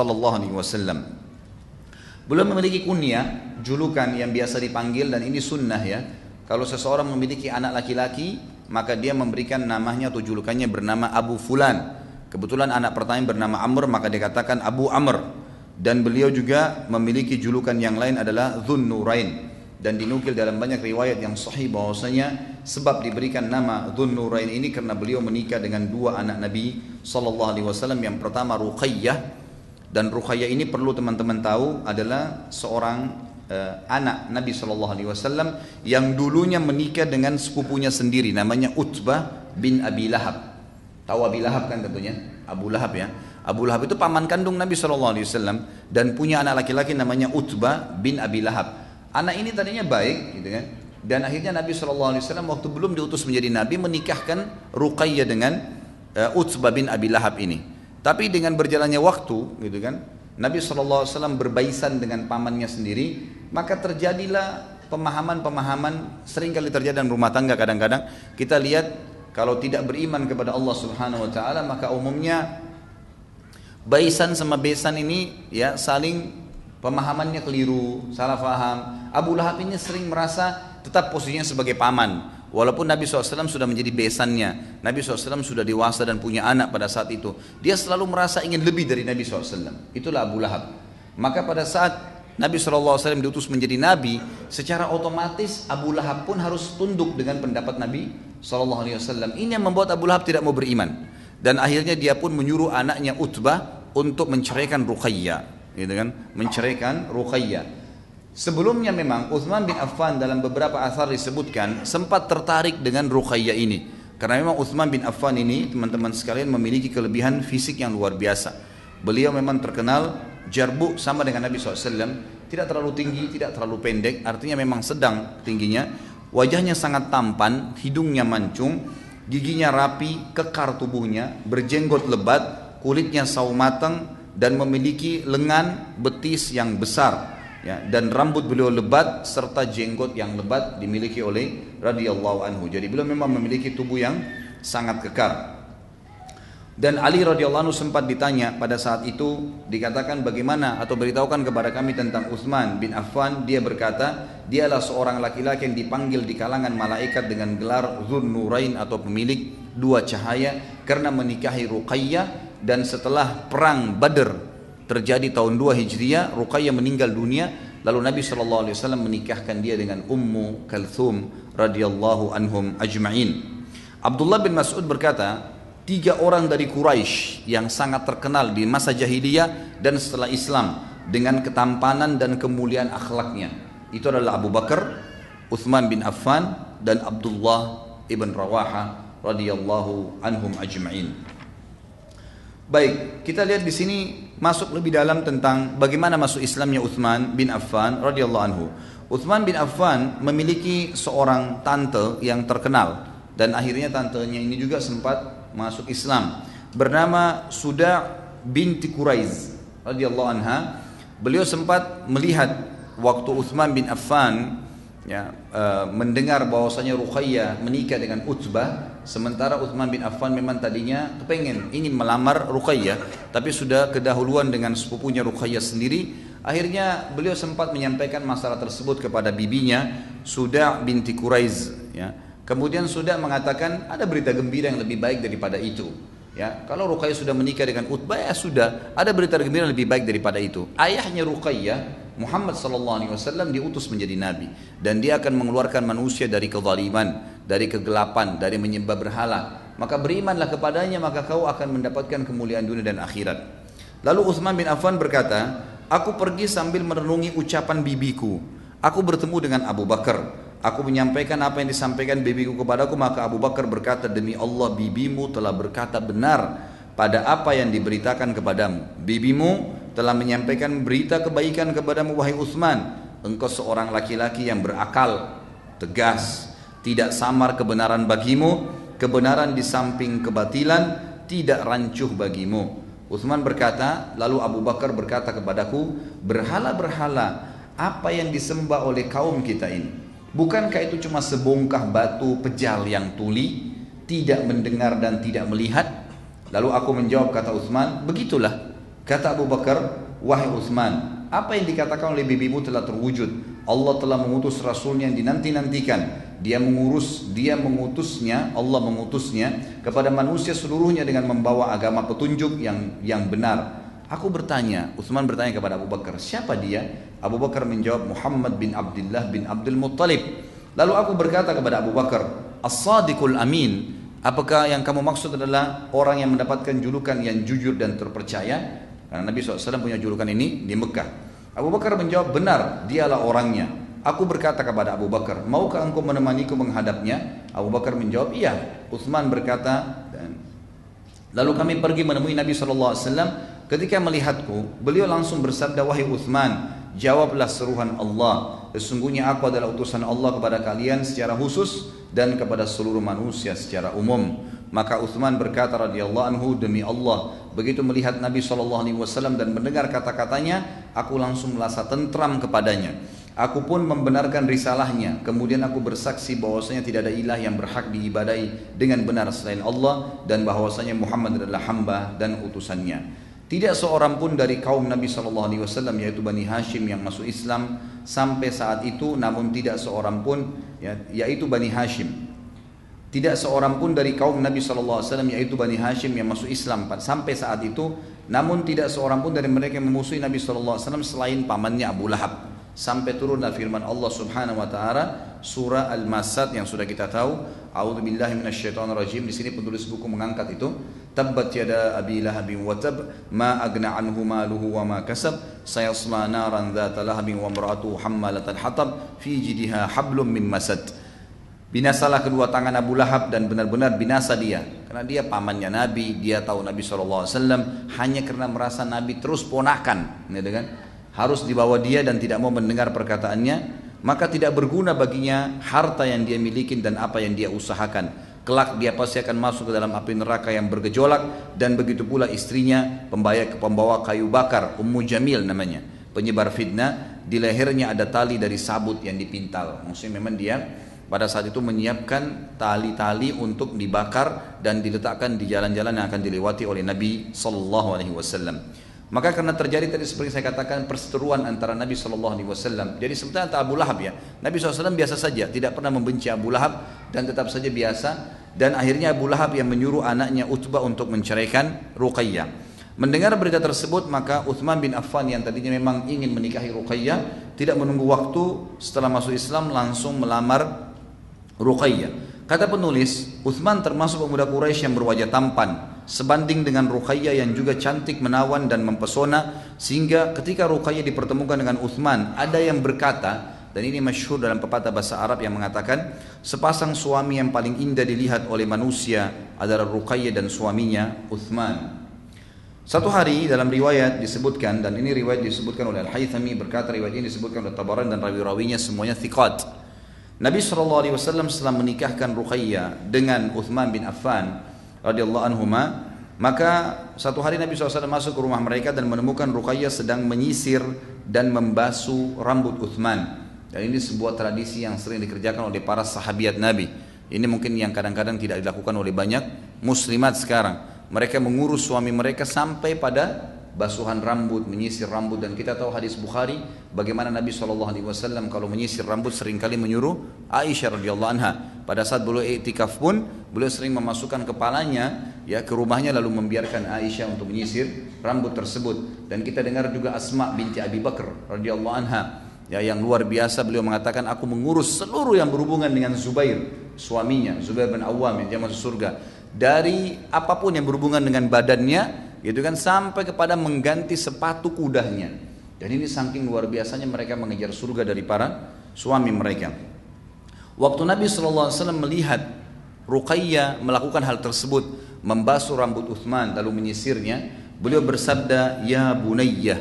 SAW. Beliau memiliki kunyah, julukan yang biasa dipanggil, dan ini sunnah ya. Kalau seseorang memiliki anak laki-laki, maka dia memberikan namanya atau julukannya bernama Abu Fulan. Kebetulan anak pertama bernama Amr, maka dia katakan Abu Amr. Dan beliau juga memiliki julukan yang lain adalah Dzun Nurain. Dan dinukil dalam banyak riwayat yang sahih bahwasanya sebab diberikan nama Dzun Nurain ini karena beliau menikah dengan dua anak Nabi SAW. Yang pertama Ruqayyah, dan Ruqayyah ini perlu teman-teman tahu adalah seorang anak Nabi SAW yang dulunya menikah dengan sepupunya sendiri, namanya Utbah bin Abi Lahab. Tahu Abi Lahab kan tentunya, Abu Lahab ya. Abu Lahab itu paman kandung Nabi SAW dan punya anak laki-laki namanya Utbah bin Abi Lahab. Anak ini tadinya baik gitu kan, dan akhirnya Nabi SAW waktu belum diutus menjadi Nabi menikahkan Ruqayyah dengan Utbah bin Abi Lahab ini. Tapi dengan berjalannya waktu gitu kan, Nabi SAW berbaisan dengan pamannya sendiri, maka terjadilah pemahaman-pemahaman seringkali terjadi dalam rumah tangga. Kadang-kadang kita lihat kalau tidak beriman kepada Allah Subhanahu wa taala, maka umumnya baisan sama besan ini ya saling pemahamannya keliru, salah faham. Abu Lahab ini sering merasa tetap posisinya sebagai paman. Walaupun Nabi SAW sudah menjadi besannya, Nabi SAW sudah dewasa dan punya anak pada saat itu, dia selalu merasa ingin lebih dari Nabi SAW. Itulah Abu Lahab. Maka pada saat Nabi SAW diutus menjadi Nabi, secara otomatis Abu Lahab pun harus tunduk dengan pendapat Nabi SAW. Ini yang membuat Abu Lahab tidak mau beriman. Dan akhirnya dia pun menyuruh anaknya Utbah untuk menceraikan Ruqayyah, gitu kan? Menceraikan Ruqayyah. Sebelumnya memang Uthman bin Affan dalam beberapa athar disebutkan sempat tertarik dengan Ruqayyah ini. Karena memang Uthman bin Affan ini, teman-teman sekalian, memiliki kelebihan fisik yang luar biasa. Beliau memang terkenal jarbu sama dengan Nabi SAW. Tidak terlalu tinggi, tidak terlalu pendek. Artinya memang sedang tingginya. Wajahnya sangat tampan, hidungnya mancung, giginya rapi, kekar tubuhnya, berjenggot lebat, kulitnya sawo matang, dan memiliki lengan betis yang besar. Ya, dan rambut beliau lebat serta jenggot yang lebat dimiliki oleh radhiyallahu anhu. Jadi beliau memang memiliki tubuh yang sangat kekar. Dan Ali radhiyallahu anhu sempat ditanya pada saat itu, dikatakan bagaimana atau beritahukan kepada kami tentang Uthman bin Affan. Dia berkata, dialah seorang laki-laki yang dipanggil di kalangan malaikat dengan gelar Dzun Nurain atau pemilik dua cahaya karena menikahi Ruqayyah. Dan setelah perang Badr terjadi tahun 2 Hijriah, Ruqayyah meninggal dunia, lalu Nabi SAW menikahkan dia dengan Ummu Kalthum radhiyallahu anhum ajma'in. Abdullah bin Mas'ud berkata, 3 orang dari Quraisy yang sangat terkenal di masa jahiliyah dan setelah Islam dengan ketampanan dan kemuliaan akhlaknya. Itu adalah Abu Bakar, Uthman bin Affan, dan Abdullah ibn Rawaha radhiyallahu anhum ajma'in. Baik, kita lihat di sini masuk lebih dalam tentang bagaimana masuk Islamnya Uthman bin Affan radhiyallahu anhu. Uthman bin Affan memiliki seorang tante yang terkenal dan akhirnya tantenya ini juga sempat masuk Islam, bernama Suda' binti Quraiz radhiyallahu anha. Beliau sempat melihat waktu Uthman bin Affan mendengar bahwasanya Ruqayyah menikah dengan Utbah, sementara Uthman bin Affan memang tadinya ingin melamar Ruqayyah, tapi sudah kedahuluan dengan sepupunya Ruqayyah sendiri. Akhirnya beliau sempat menyampaikan masalah tersebut kepada bibinya Suda' binti Quraiz. Kemudian Suda' mengatakan ada berita gembira yang lebih baik daripada itu. Kalau Ruqayyah sudah menikah dengan Utbah, ya sudah, ada berita gembira yang lebih baik daripada itu. Ayahnya Ruqayyah, Muhammad SAW, diutus menjadi nabi, dan dia akan mengeluarkan manusia dari kezaliman, dari kegelapan, dari menyembah berhala. Maka berimanlah kepadanya, maka kau akan mendapatkan kemuliaan dunia dan akhirat. Lalu Uthman bin Affan berkata, aku pergi sambil merenungi ucapan bibiku. Aku bertemu dengan Abu Bakar. Aku menyampaikan apa yang disampaikan bibiku kepadaku, maka Abu Bakar berkata, demi Allah bibimu telah berkata benar pada apa yang diberitakan kepadamu. Bibimu telah menyampaikan berita kebaikan kepadamu, wahai Uthman. Engkau seorang laki-laki yang berakal, tegas, tidak samar kebenaran bagimu, kebenaran di samping kebatilan tidak rancuh bagimu. Uthman berkata, lalu Abu Bakar berkata kepadaku, berhala-berhala apa yang disembah oleh kaum kita ini, bukankah itu cuma sebongkah batu pejal yang tuli, tidak mendengar dan tidak melihat? Lalu aku menjawab, kata Uthman, begitulah. Kata Abu Bakar, wahai Uthman, apa yang dikatakan oleh bibimu telah terwujud. Allah telah mengutus Rasulnya yang dinanti-nantikan. Allah mengutusnya kepada manusia seluruhnya dengan membawa agama petunjuk yang benar. Aku bertanya, Uthman bertanya kepada Abu Bakar, siapa dia? Abu Bakar menjawab, Muhammad bin Abdullah bin Abdul Muttalib. Lalu aku berkata kepada Abu Bakar, As-Sadiqul Amin, apakah yang kamu maksud adalah orang yang mendapatkan julukan yang jujur dan terpercaya? Karena Nabi SAW punya julukan ini di Mekah. Abu Bakar menjawab, benar, dialah orangnya. Aku berkata kepada Abu Bakar, maukah engkau menemaniku menghadapnya? Abu Bakar menjawab, iya. Uthman berkata, lalu kami pergi menemui Nabi SAW. Ketika melihatku, beliau langsung bersabda, wahai Uthman, jawablah seruhan Allah. Sesungguhnya aku adalah utusan Allah kepada kalian secara khusus dan kepada seluruh manusia secara umum. Maka Uthman berkata radhiyallahu anhu, demi Allah, begitu melihat Nabi SAW dan mendengar kata-katanya, aku langsung merasa tentram kepadanya. Aku pun membenarkan risalahnya. Kemudian aku bersaksi bahwasanya tidak ada ilah yang berhak diibadai dengan benar selain Allah, dan bahwasanya Muhammad adalah hamba dan utusannya. Tidak seorang pun dari kaum Nabi SAW, yaitu Bani Hashim, yang masuk Islam sampai saat itu, namun tidak seorang pun ya, yaitu Bani Hashim. Tidak seorang pun dari kaum Nabi SAW yaitu Bani Hashim yang masuk Islam sampai saat itu. Namun tidak seorang pun dari mereka yang memusuhi Nabi SAW selain pamannya Abu Lahab. Sampai turunlah firman Allah Subhanahu wa taala surah Al-Masad yang sudah kita tahu, a'udzubillahi minasyaitonirrajim. Di sini penulis buku mengangkat itu, tabbat yada abi lahabin wa tab ma agna anhu maluhu wa ma kasab sayasla naran dzata lahabin wa imra'atuhu hammalatal hatab fi jidha hablum min masad. Binasalah kedua tangan Abu Lahab dan benar-benar binasa dia, karena dia pamannya Nabi, dia tahu Nabi SAW, hanya karena merasa Nabi terus ponakan, gitu kan? Harus dibawa dia dan tidak mau mendengar perkataannya, maka tidak berguna baginya harta yang dia miliki dan apa yang dia usahakan. Kelak dia pasti akan masuk ke dalam api neraka yang bergejolak, dan begitu pula istrinya pembawa kayu bakar, Ummu Jamil namanya, penyebar fitnah. Di lehernya ada tali dari sabut yang dipintal. Maksudnya memang dia pada saat itu menyiapkan tali-tali untuk dibakar dan diletakkan di jalan-jalan yang akan dilewati oleh Nabi SAW. Maka karena terjadi tadi seperti saya katakan perseteruan antara Nabi SAW. Jadi sebetulnya antara Abu Lahab ya, Nabi SAW biasa saja, tidak pernah membenci Abu Lahab dan tetap saja biasa. Dan akhirnya Abu Lahab yang menyuruh anaknya Utbah untuk menceraikan Ruqayyah. Mendengar berita tersebut, maka Uthman bin Affan yang tadinya memang ingin menikahi Ruqayyah, tidak menunggu waktu setelah masuk Islam langsung melamar Ruqayyah. Kata penulis, Uthman termasuk pemuda Quraisy yang berwajah tampan, sebanding dengan Ruqayyah yang juga cantik, menawan dan mempesona, sehingga ketika Ruqayyah dipertemukan dengan Uthman, ada yang berkata, dan ini masyhur dalam pepatah bahasa Arab yang mengatakan, sepasang suami yang paling indah dilihat oleh manusia adalah Ruqayyah dan suaminya Uthman. Satu hari dalam riwayat disebutkan, dan ini riwayat disebutkan oleh Al-Haythami, berkata riwayat ini disebutkan oleh Tabarani dan rawi-rawinya semuanya thiqat. Nabi SAW setelah menikahkan Ruqayyah dengan Uthman bin Affan radhiyallahu anhuma, maka satu hari Nabi SAW masuk ke rumah mereka dan menemukan Ruqayyah sedang menyisir dan membasuh rambut Uthman. Dan ini sebuah tradisi yang sering dikerjakan oleh para sahabiat Nabi. Ini mungkin yang kadang-kadang tidak dilakukan oleh banyak muslimat sekarang. Mereka mengurus suami mereka sampai pada basuhan rambut, menyisir rambut. Dan kita tahu hadis Bukhari bagaimana Nabi SAW kalau menyisir rambut seringkali menyuruh Aisyah radhiyallahu anha. Pada saat beliau iktikaf pun beliau sering memasukkan kepalanya ya ke rumahnya lalu membiarkan Aisyah untuk menyisir rambut tersebut. Dan kita dengar juga Asma binti Abi Bakar radhiyallahu anha ya, yang luar biasa, beliau mengatakan aku mengurus seluruh yang berhubungan dengan Zubair, suaminya Zubair bin Awwam yang dia masuk surga, dari apapun yang berhubungan dengan badannya gitu kan, sampai kepada mengganti sepatu kudanya. Dan ini saking luar biasanya mereka mengejar surga dari para suami mereka. Waktu Nabi SAW melihat Ruqayyah melakukan hal tersebut, membasuh rambut Uthman lalu menyisirnya, beliau bersabda, ya bunayyah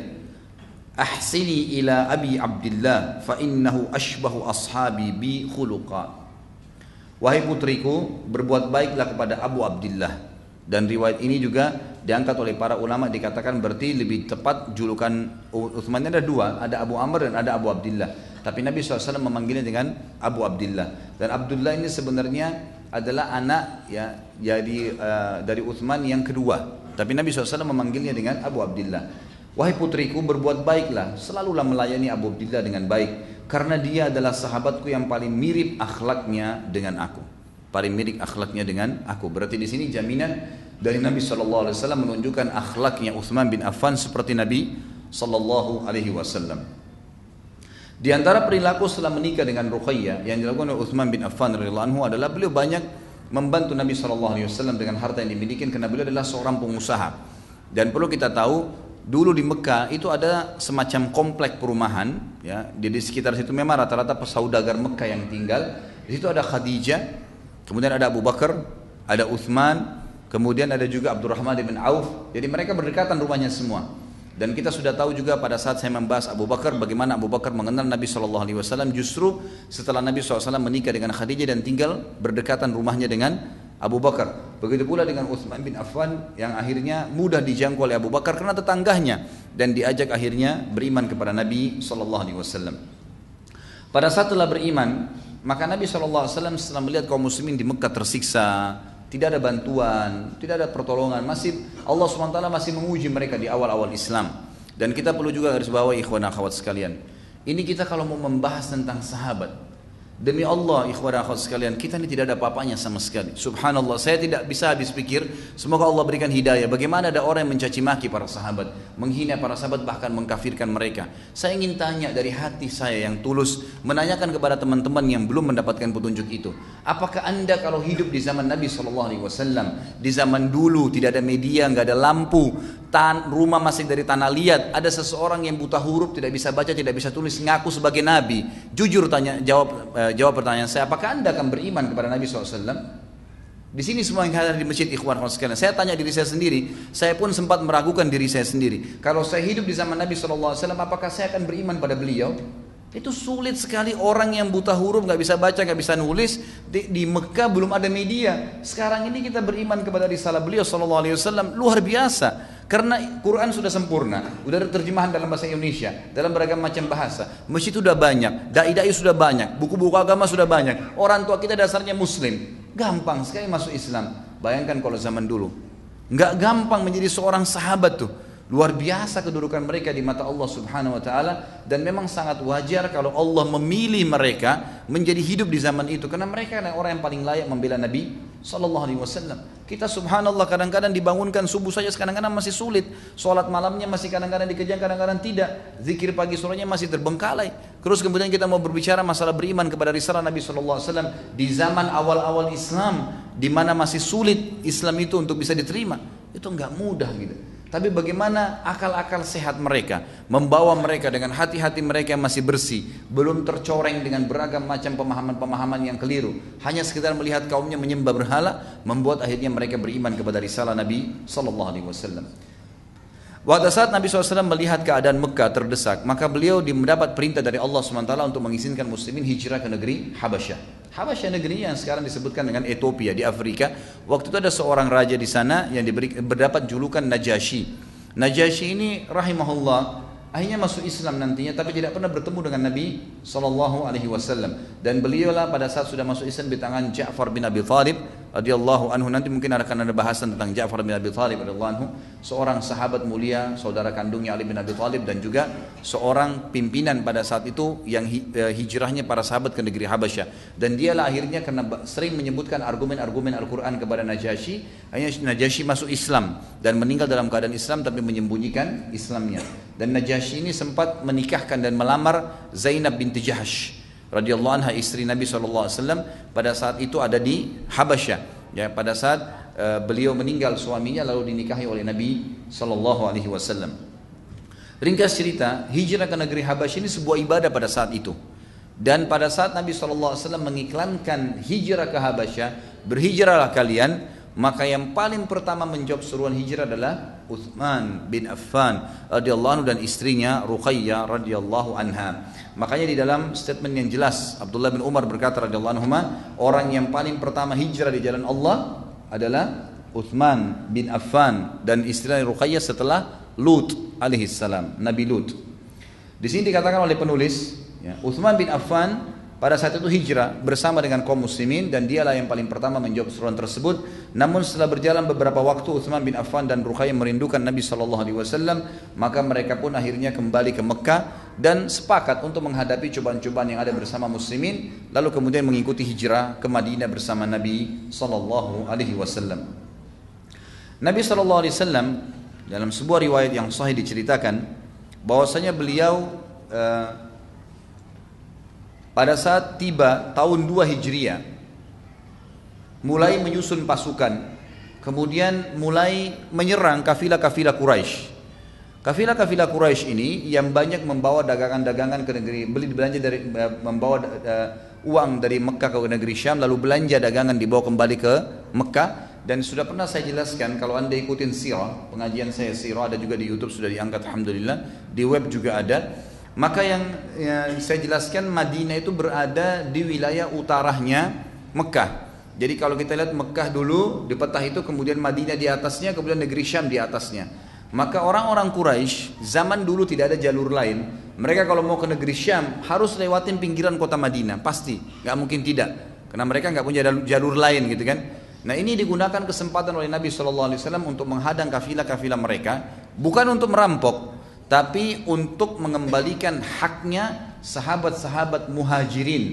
ahsini ila abi Abdillah fa innahu ashbahu ashabi bi khuluqa. Wahai putriku, berbuat baiklah kepada Abu Abdillah. Dan riwayat ini juga diangkat oleh para ulama, dikatakan berarti lebih tepat julukan Uthman ada dua, ada Abu Amr dan ada Abu Abdillah. Tapi Nabi SAW memanggilnya dengan Abu Abdillah. Dan Abdullah ini sebenarnya adalah anak ya, jadi dari Uthman yang kedua. Tapi Nabi SAW memanggilnya dengan Abu Abdillah. Wahai putriku, berbuat baiklah, selalulah melayani Abu Abdillah dengan baik, karena dia adalah sahabatku yang paling mirip akhlaknya dengan aku. Paling mirip akhlaknya dengan aku. Berarti di sini jaminan dari Nabi SAW menunjukkan akhlaknya Uthman bin Affan seperti Nabi SAW. Di antara perilaku setelah menikah dengan Ruqayyah yang dilakukan oleh Uthman bin Affan radhiyallahu anhu adalah beliau banyak membantu Nabi SAW dengan harta yang dimiliki, karena beliau adalah seorang pengusaha. Dan perlu kita tahu, dulu di Mekah itu ada semacam komplek perumahan ya, di sekitar situ memang rata-rata pesaudagar Mekah yang tinggal. Di situ ada Khadijah, kemudian ada Abu Bakar, ada Uthman, kemudian ada juga Abdurrahman bin Auf. Jadi mereka berdekatan rumahnya semua. Dan kita sudah tahu juga pada saat saya membahas Abu Bakar, bagaimana Abu Bakar mengenal Nabi SAW justru setelah Nabi SAW menikah dengan Khadijah dan tinggal berdekatan rumahnya dengan Abu Bakar. Begitu pula dengan Uthman bin Affan yang akhirnya mudah dijangkau oleh Abu Bakar karena tetangganya, dan diajak akhirnya beriman kepada Nabi SAW. Pada saat telah beriman, maka Nabi SAW setelah melihat kaum muslimin di Mekah tersiksa, tidak ada bantuan, tidak ada pertolongan, masih Allah SWT masih menguji mereka di awal-awal Islam. Dan kita perlu juga garis bawahi ikhwan akhwat sekalian, ini kita kalau mau membahas tentang sahabat, Demi Allah, ikhwan dan akhwat sekalian, kita ini tidak ada apa-apanya sama sekali. Subhanallah, saya tidak bisa habis pikir. Semoga Allah berikan hidayah. Bagaimana ada orang yang mencaci maki para sahabat, menghina para sahabat, bahkan mengkafirkan mereka. Saya ingin tanya dari hati saya yang tulus, menanyakan kepada teman-teman yang belum mendapatkan petunjuk itu. Apakah anda kalau hidup di zaman Nabi SAW, di zaman dulu tidak ada media, nggak ada lampu, rumah masih dari tanah liat, ada seseorang yang buta huruf, tidak bisa baca, tidak bisa tulis, ngaku sebagai Nabi. Jujur jawab pertanyaan saya, apakah anda akan beriman kepada Nabi SAW? Di sini semua yang hadir di masjid, ikhwan sekalian, saya tanya diri saya sendiri. Saya pun sempat meragukan diri saya sendiri. Kalau saya hidup di zaman Nabi SAW, apakah saya akan beriman pada beliau? Itu sulit sekali. Orang yang buta huruf, nggak bisa baca, nggak bisa nulis, di Mekah belum ada media. Sekarang ini kita beriman kepada risalah beliau SAW, luar biasa. Karena Quran sudah sempurna, sudah ada terjemahan dalam bahasa Indonesia, dalam beragam macam bahasa. Masjid sudah banyak, dai-dai sudah banyak, buku-buku agama sudah banyak. Orang tua kita dasarnya Muslim, gampang sekali masuk Islam. Bayangkan kalau zaman dulu, nggak gampang menjadi seorang sahabat tuh. Luar biasa kedudukan mereka di mata Allah Subhanahu wa taala, dan memang sangat wajar kalau Allah memilih mereka menjadi hidup di zaman itu, karena mereka adalah orang yang paling layak membela Nabi sallallahu alaihi wasallam. Kita subhanallah kadang-kadang dibangunkan subuh saja kadang-kadang masih sulit, salat malamnya masih kadang-kadang dikejar, kadang-kadang tidak, zikir pagi sorenya masih terbengkalai. Terus kemudian kita mau berbicara masalah beriman kepada risalah Nabi sallallahu alaihi wasallam di zaman awal-awal Islam, di mana masih sulit Islam itu untuk bisa diterima. Itu enggak mudah gitu. Tapi bagaimana akal-akal sehat mereka membawa mereka dengan hati-hati mereka yang masih bersih, belum tercoreng dengan beragam macam pemahaman-pemahaman yang keliru, hanya sekedar melihat kaumnya menyembah berhala, membuat akhirnya mereka beriman kepada risalah Nabi sallallahu alaihi wasallam. Pada saat Nabi SAW melihat keadaan Mekah terdesak, maka beliau mendapat perintah dari Allah SWT untuk mengizinkan muslimin hijrah ke negeri Habasyah. Habasyah negeri yang sekarang disebutkan dengan Ethiopia di Afrika. Waktu itu ada seorang raja di sana yang berdapat julukan Najasyi. Najasyi ini rahimahullah akhirnya masuk Islam nantinya, tapi tidak pernah bertemu dengan Nabi SAW. Dan beliaulah pada saat sudah masuk Islam di tangan Ja'far bin Abi Thalib radhiyallahu anhu. Nanti mungkin akan ada bahasan tentang Ja'far bin Abi Thalib radhiyallahu anhu, seorang sahabat mulia, saudara kandungnya Ali bin Abi Thalib, dan juga seorang pimpinan pada saat itu yang hijrahnya para sahabat ke negeri Habasyah. Dan dialah akhirnya karena sering menyebutkan argumen-argumen Al-Quran kepada Najasyi, akhirnya Najasyi masuk Islam dan meninggal dalam keadaan Islam tapi menyembunyikan Islamnya. Dan Najasyi ini sempat menikahkan dan melamar Zainab binti Jahsh radhiyallahu anha, istri Nabi SAW. Pada saat itu ada di Habasyah, ya, pada saat beliau meninggal suaminya lalu dinikahi oleh Nabi SAW. Ringkas cerita, hijrah ke negeri Habasyah ini sebuah ibadah pada saat itu. Dan pada saat Nabi SAW mengiklankan hijrah ke Habasyah, berhijrahlah kalian, maka yang paling pertama menjawab seruan hijrah adalah Uthman bin Affan radhiyallahu anhu dan istrinya Ruqayyah radhiyallahu anha. Makanya di dalam statement yang jelas Abdullah bin Umar berkata radhiyallahu anhu, orang yang paling pertama hijrah di jalan Allah adalah Uthman bin Affan dan istrinya Ruqayyah setelah Lut alaihi salam, Nabi Lut. Di sini dikatakan oleh penulis, ya, Uthman bin Affan pada saat itu hijrah bersama dengan kaum muslimin dan dialah yang paling pertama menjawab seruan tersebut. Namun setelah berjalan beberapa waktu, Uthman bin Affan dan Ruqayyah merindukan Nabi SAW, maka mereka pun akhirnya kembali ke Mekah dan sepakat untuk menghadapi cobaan-cobaan yang ada bersama muslimin, lalu kemudian mengikuti hijrah ke Madinah bersama Nabi SAW. Nabi SAW dalam sebuah riwayat yang sahih diceritakan bahwasanya beliau pada saat tiba tahun 2 Hijriah mulai menyusun pasukan, kemudian mulai menyerang kafilah-kafilah Quraisy. Kafilah-kafilah Quraisy ini yang banyak membawa dagangan-dagangan ke negeri, belanja dari membawa uang dari Mekah ke negeri Syam, lalu belanja dagangan dibawa kembali ke Mekah. Dan sudah pernah saya jelaskan, kalau anda ikutin sirah, pengajian saya sirah ada juga di YouTube, sudah diangkat alhamdulillah, di web juga ada. Maka yang saya jelaskan, Madinah itu berada di wilayah utaranya Mekah. Jadi kalau kita lihat Mekah dulu di peta itu, kemudian Madinah di atasnya, kemudian negeri Syam di atasnya. Maka orang-orang Quraisy zaman dulu tidak ada jalur lain. Mereka kalau mau ke negeri Syam harus lewatin pinggiran kota Madinah, pasti, nggak mungkin tidak, karena mereka nggak punya jalur lain gitu kan. Nah ini digunakan kesempatan oleh Nabi SAW untuk menghadang kafilah-kafilah mereka, bukan untuk merampok, tapi untuk mengembalikan haknya sahabat-sahabat muhajirin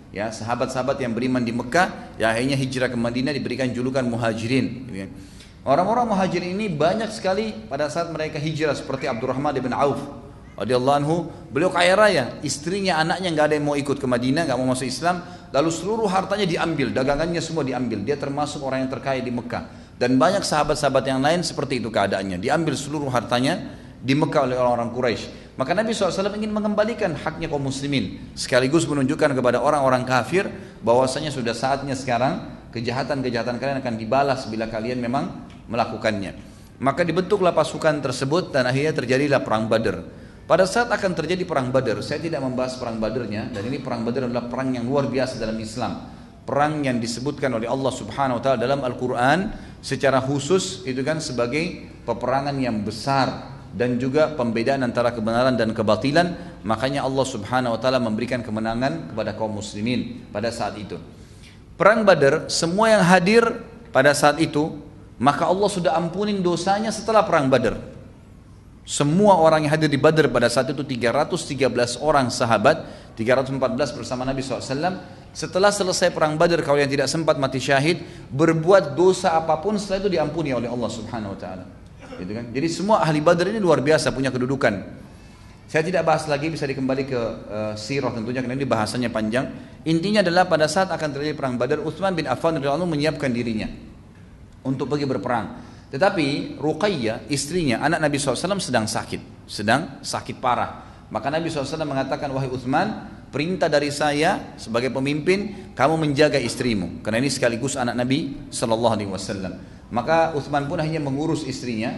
Ya, sahabat-sahabat yang beriman di Mekah, yang akhirnya hijrah ke Madinah diberikan julukan muhajirin. Gitu kan. Orang-orang muhajirin ini banyak sekali pada saat mereka hijrah, seperti Abdurrahman bin Auf radhiyallahu anhu, beliau kaya raya, istrinya, anaknya nggak ada yang mau ikut ke Madinah, nggak mau masuk Islam, lalu seluruh hartanya diambil, dagangannya semua diambil, dia termasuk orang yang terkaya di Mekah. Dan banyak sahabat-sahabat yang lain seperti itu keadaannya, diambil seluruh hartanya di Mekah oleh orang-orang Quraisy. Maka Nabi SAW ingin mengembalikan haknya kaum muslimin, sekaligus menunjukkan kepada orang-orang kafir bahwasanya sudah saatnya sekarang kejahatan-kejahatan kalian akan dibalas bila kalian memang melakukannya. Maka dibentuklah pasukan tersebut dan akhirnya terjadilah perang Badar. Pada saat akan terjadi perang Badar, saya tidak membahas perang Badarnya, dan ini perang Badar adalah perang yang luar biasa dalam Islam. Perang yang disebutkan oleh Allah Subhanahu wa taala dalam Al-Qur'an secara khusus itu kan sebagai peperangan yang besar dan juga pembedaan antara kebenaran dan kebatilan. Makanya Allah Subhanahu wa taala memberikan kemenangan kepada kaum muslimin pada saat itu. Perang Badar, semua yang hadir pada saat itu, maka Allah sudah ampunin dosanya setelah perang Badar. Semua orang yang hadir di Badar pada saat itu 313 orang sahabat, 314 bersama Nabi SAW. Setelah selesai perang Badar, kalau yang tidak sempat mati syahid, berbuat dosa apapun setelah itu diampuni oleh Allah Subhanahu Wa Taala. Gitu kan? Jadi semua ahli Badar ini luar biasa, punya kedudukan. Saya tidak bahas lagi, bisa dikembali ke sirah tentunya karena ini bahasanya panjang. Intinya adalah pada saat akan terjadi perang Badar, Utsman bin Affan radhiyallahu anhu menyiapkan dirinya untuk pergi berperang. Tetapi Ruqayyah, istrinya, anak Nabi SAW sedang sakit parah. Maka Nabi SAW mengatakan, wahai Utsman, perintah dari saya sebagai pemimpin, kamu menjaga istrimu, karena ini sekaligus anak Nabi SAW. Maka Utsman pun akhirnya mengurus istrinya,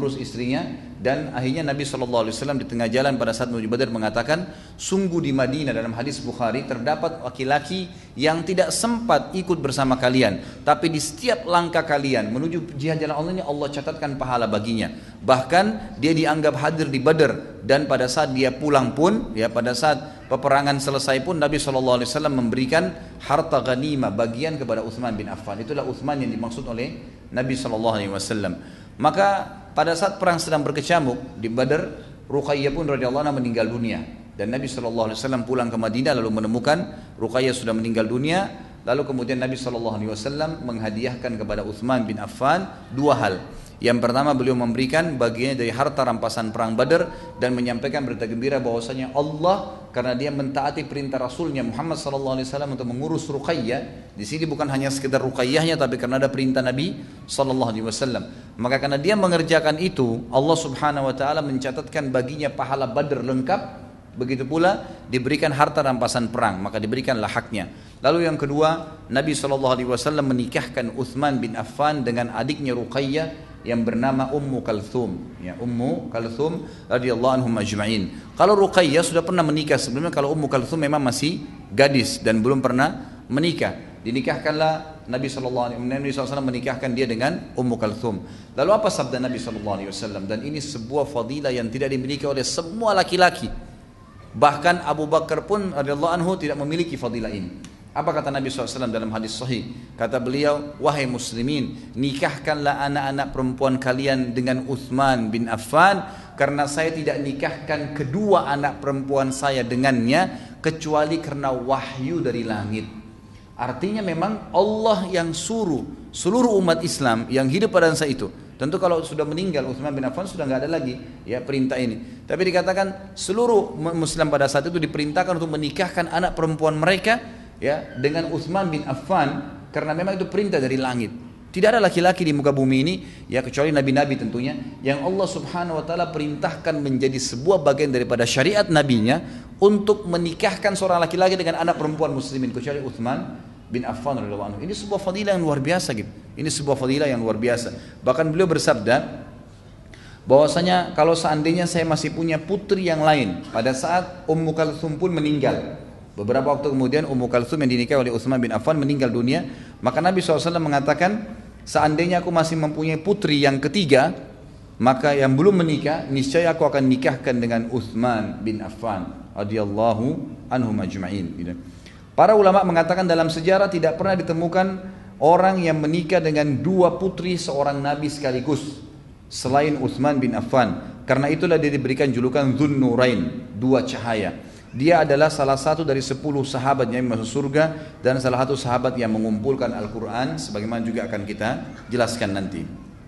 dan akhirnya Nabi SAW di tengah jalan pada saat menuju Badar mengatakan, sungguh di Madinah dalam hadis Bukhari terdapat laki-laki yang tidak sempat ikut bersama kalian, tapi di setiap langkah kalian menuju jihad jalan Allah ini Allah catatkan pahala baginya. Bahkan dia dianggap hadir di Badar, dan pada saat dia pulang pun, ya pada saat peperangan selesai pun Nabi SAW memberikan harta ghanimah bagian kepada Utsman bin Affan. Itulah Utsman yang dimaksud oleh Nabi SAW. Maka pada saat perang sedang berkecamuk di Badar, Ruqayyah pun radhiyallahu anha meninggal dunia, dan Nabi SAW pulang ke Madinah lalu menemukan Ruqayyah sudah meninggal dunia. Lalu kemudian Nabi SAW menghadiahkan kepada Utsman bin Affan dua hal. Yang pertama, beliau memberikan bagiannya dari harta rampasan perang Badar dan menyampaikan berita gembira bahwasanya Allah, karena dia mentaati perintah Rasulnya Muhammad SAW untuk mengurus Ruqayyah. Di sini bukan hanya sekedar Ruqayyahnya, tapi karena ada perintah Nabi SAW. Maka karena dia mengerjakan itu, Allah Subhanahu Wa Taala mencatatkan baginya pahala Badar lengkap. Begitu pula diberikan harta rampasan perang, maka diberikanlah haknya. Lalu yang kedua, Nabi SAW menikahkan Utsman bin Affan dengan adiknya Ruqayyah yang bernama Ummu Kalthum, ya, Ummu Kalthum radhiyallahu anhum ajma'in. Kalau Ruqayyah sudah pernah menikah sebelumnya, kalau Ummu Kalthum memang masih gadis dan belum pernah menikah. Dinikahkanlah Nabi SAW menikahkan dia dengan Ummu Kalthum. Lalu apa sabda Nabi SAW? Dan ini sebuah fadilah yang tidak dimiliki oleh semua laki-laki. Bahkan Abu Bakar pun radhiyallahu anhu tidak memiliki fadilah ini. Apa kata Nabi SAW dalam hadis sahih? Kata beliau, wahai muslimin, nikahkanlah anak-anak perempuan kalian dengan Utsman bin Affan, karena saya tidak nikahkan kedua anak perempuan saya dengannya kecuali karena wahyu dari langit. Artinya memang Allah yang suruh seluruh umat Islam yang hidup pada masa itu. Tentu kalau sudah meninggal Utsman bin Affan sudah nggak ada lagi ya perintah ini. Tapi dikatakan seluruh Muslim pada saat itu diperintahkan untuk menikahkan anak perempuan mereka ya dengan Utsman bin Affan, karena memang itu perintah dari langit. Tidak ada laki-laki di muka bumi ini ya kecuali nabi-nabi tentunya yang Allah Subhanahu Wa Taala perintahkan menjadi sebuah bagian daripada syariat nabinya untuk menikahkan seorang laki-laki dengan anak perempuan muslimin kecuali Utsman bin Affan radhiyallahu anhu. Ini sebuah fadilah yang luar biasa gitu. Ini sebuah fadilah yang luar biasa. Bahkan beliau bersabda bahwasanya kalau seandainya saya masih punya putri yang lain pada saat Ummu Kalthum pun meninggal. Beberapa waktu kemudian Ummu Kalthum yang dinikahi oleh Utsman bin Affan meninggal dunia, maka Nabi SAW mengatakan seandainya aku masih mempunyai putri yang ketiga, maka yang belum menikah niscaya aku akan nikahkan dengan Utsman bin Affan radhiyallahu anhum ajma'in gitu. Para ulama mengatakan dalam sejarah tidak pernah ditemukan orang yang menikah dengan dua putri seorang nabi sekaligus selain Utsman bin Affan. Karena itulah dia diberikan julukan Dzun Nurain, dua cahaya. Dia adalah salah satu dari 10 sahabat yang masuk surga dan salah satu sahabat yang mengumpulkan Al-Quran, sebagaimana juga akan kita jelaskan nanti.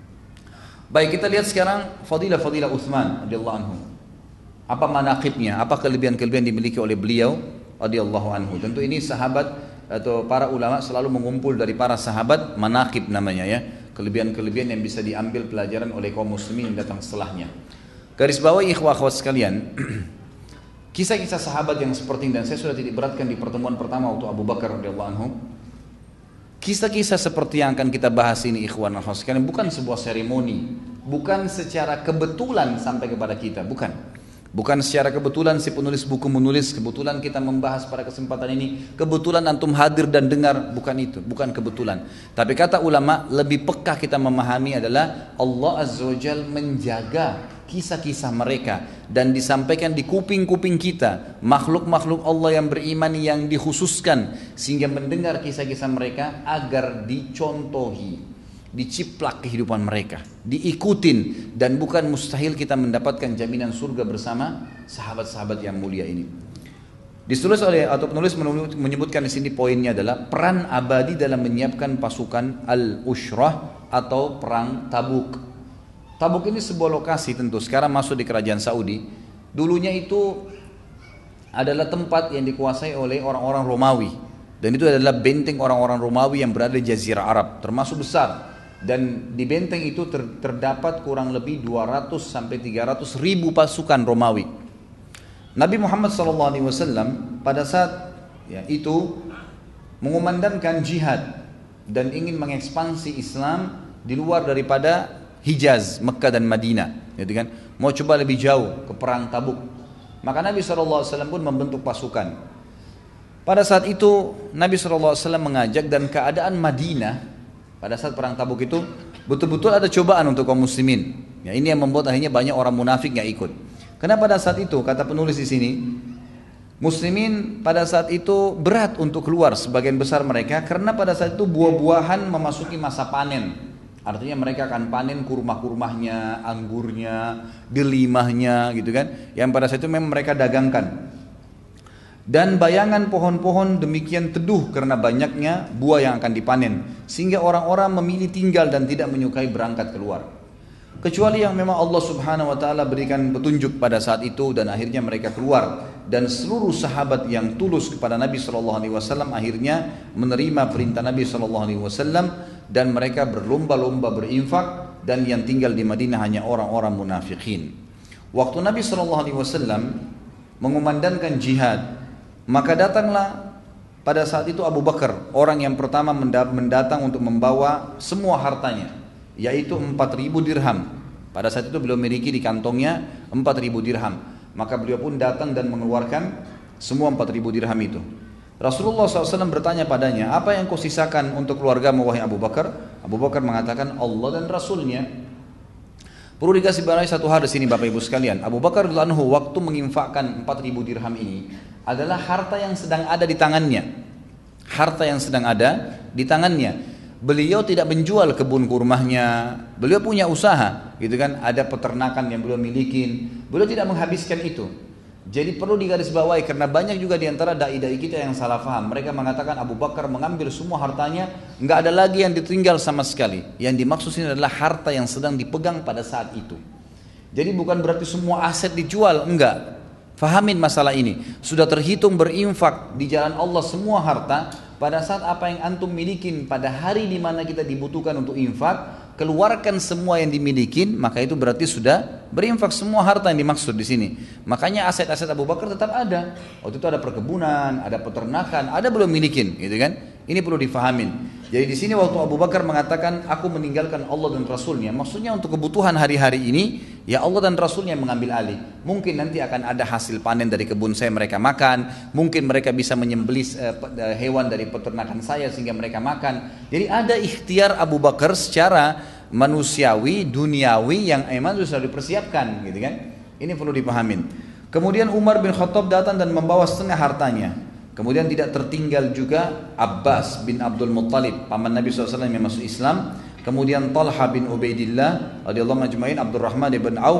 Baik, kita lihat sekarang fadilah Utsman radhiyallahu anhu. Apa manaqibnya, apa kelebihan-kelebihan dimiliki oleh beliau radhiyallahu anhu. Tentu ini sahabat atau para ulama selalu mengumpul dari para sahabat, manaqib namanya ya, kelebihan-kelebihan yang bisa diambil pelajaran oleh kaum muslimin yang datang setelahnya. Garis bawahi ikhwah akhwat sekalian, kisah-kisah sahabat yang seperti ini, dan saya sudah titik beratkan di pertemuan pertama waktu Abu Bakar radhiyallahu anhu. Kisah-kisah seperti yang akan kita bahas ini ikhwan akhwat sekalian bukan sebuah seremoni, bukan secara kebetulan sampai kepada kita, bukan secara kebetulan si penulis buku menulis, kebetulan kita membahas pada kesempatan ini, kebetulan antum hadir dan dengar, bukan itu, bukan kebetulan. Tapi kata ulama, lebih peka kita memahami adalah Allah Azza wa Jalla menjaga kisah-kisah mereka dan disampaikan di kuping-kuping kita, makhluk-makhluk Allah yang beriman yang dikhususkan sehingga mendengar kisah-kisah mereka agar dicontohi, diciplak kehidupan mereka, diikutin, dan bukan mustahil kita mendapatkan jaminan surga bersama sahabat-sahabat yang mulia ini. Ditulis oleh atau penulis menyebutkan di sini poinnya adalah peran abadi dalam menyiapkan pasukan Al-Ushrah atau perang Tabuk. Tabuk ini sebuah lokasi tentu sekarang masuk di kerajaan Saudi. Dulunya itu adalah tempat yang dikuasai oleh orang-orang Romawi, dan itu adalah benteng orang-orang Romawi yang berada di Jazirah Arab, termasuk besar. Dan di benteng itu terdapat kurang lebih 200 sampai 300 ribu pasukan Romawi. Nabi Muhammad SAW pada saat itu mengumandangkan jihad dan ingin mengekspansi Islam di luar daripada Hijaz, Mekah dan Madinah, gitu kan? Mau coba lebih jauh ke perang Tabuk. Maka Nabi SAW pun membentuk pasukan. Pada saat itu Nabi SAW mengajak, dan keadaan Madinah pada saat perang Tabuk itu betul-betul ada cobaan untuk kaum muslimin. Ya, ini yang membuat akhirnya banyak orang munafik yang ikut. Karena pada saat itu kata penulis di sini, muslimin pada saat itu berat untuk keluar sebagian besar mereka, karena pada saat itu buah-buahan memasuki masa panen. Artinya mereka akan panen kurma-kurmahnya, anggurnya, delimahnya gitu kan, yang pada saat itu memang mereka dagangkan. Dan bayangan pohon-pohon demikian teduh karena banyaknya buah yang akan dipanen, sehingga orang-orang memilih tinggal dan tidak menyukai berangkat keluar. Kecuali yang memang Allah Subhanahu wa taala berikan petunjuk pada saat itu, dan akhirnya mereka keluar, dan seluruh sahabat yang tulus kepada Nabi SAW akhirnya menerima perintah Nabi SAW, dan mereka berlomba-lomba berinfak, dan yang tinggal di Madinah hanya orang-orang munafikin. Waktu Nabi SAW mengumandangkan jihad, maka datanglah pada saat itu Abu Bakar, orang yang pertama mendatang untuk membawa semua hartanya, yaitu 4.000 dirham. Pada saat itu beliau memiliki di kantongnya 4.000 dirham. Maka beliau pun datang dan mengeluarkan semua 4.000 dirham itu. Rasulullah SAW bertanya padanya, apa yang kau sisakan untuk keluargamu wahai Abu Bakar? Abu Bakar mengatakan, Allah dan Rasulnya. Perlu dikasih bawahi satu hal di sini Bapak Ibu sekalian. Abu Bakar radhiyallahu anhu waktu menginfakkan 4.000 dirham ini adalah harta yang sedang ada di tangannya. Harta yang sedang ada di tangannya. Beliau tidak menjual kebun kurmahnya, beliau punya usaha, gitu kan? Ada peternakan yang beliau miliki. Beliau tidak menghabiskan itu. Jadi perlu digarisbawahi, karena banyak juga diantara dai-dai kita yang salah faham. Mereka mengatakan Abu Bakar mengambil semua hartanya, nggak ada lagi yang ditinggal sama sekali. Yang dimaksud ini adalah harta yang sedang dipegang pada saat itu. Jadi bukan berarti semua aset dijual, enggak. Fahamin masalah ini. Sudah terhitung berinfak di jalan Allah semua harta. Pada saat apa yang antum milikin pada hari di mana kita dibutuhkan untuk infak, keluarkan semua yang dimiliki, maka itu berarti sudah berinfak semua harta yang dimaksud di sini. Makanya aset-aset Abu Bakar tetap ada. Waktu itu ada perkebunan, ada peternakan, ada belum milikin, gitu kan? Ini perlu difahamin. Jadi di sini waktu Abu Bakar mengatakan aku meninggalkan Allah dan Rasulnya, maksudnya untuk kebutuhan hari-hari ini ya Allah dan Rasulnya yang mengambil alih. Mungkin nanti akan ada hasil panen dari kebun saya mereka makan, mungkin mereka bisa menyembelih hewan dari peternakan saya sehingga mereka makan. Jadi ada ikhtiar Abu Bakar secara manusiawi, duniawi yang emang sudah dipersiapkan, gitu kan? Ini perlu dipahamin. Kemudian Umar bin Khattab datang dan membawa setengah hartanya. Kemudian tidak tertinggal juga Abbas bin Abdul Muttalib, paman Nabi SAW yang masuk Islam. Kemudian Talha bin Ubaidillah radhiyallahu majma'in, Abdurrahman bin Auf,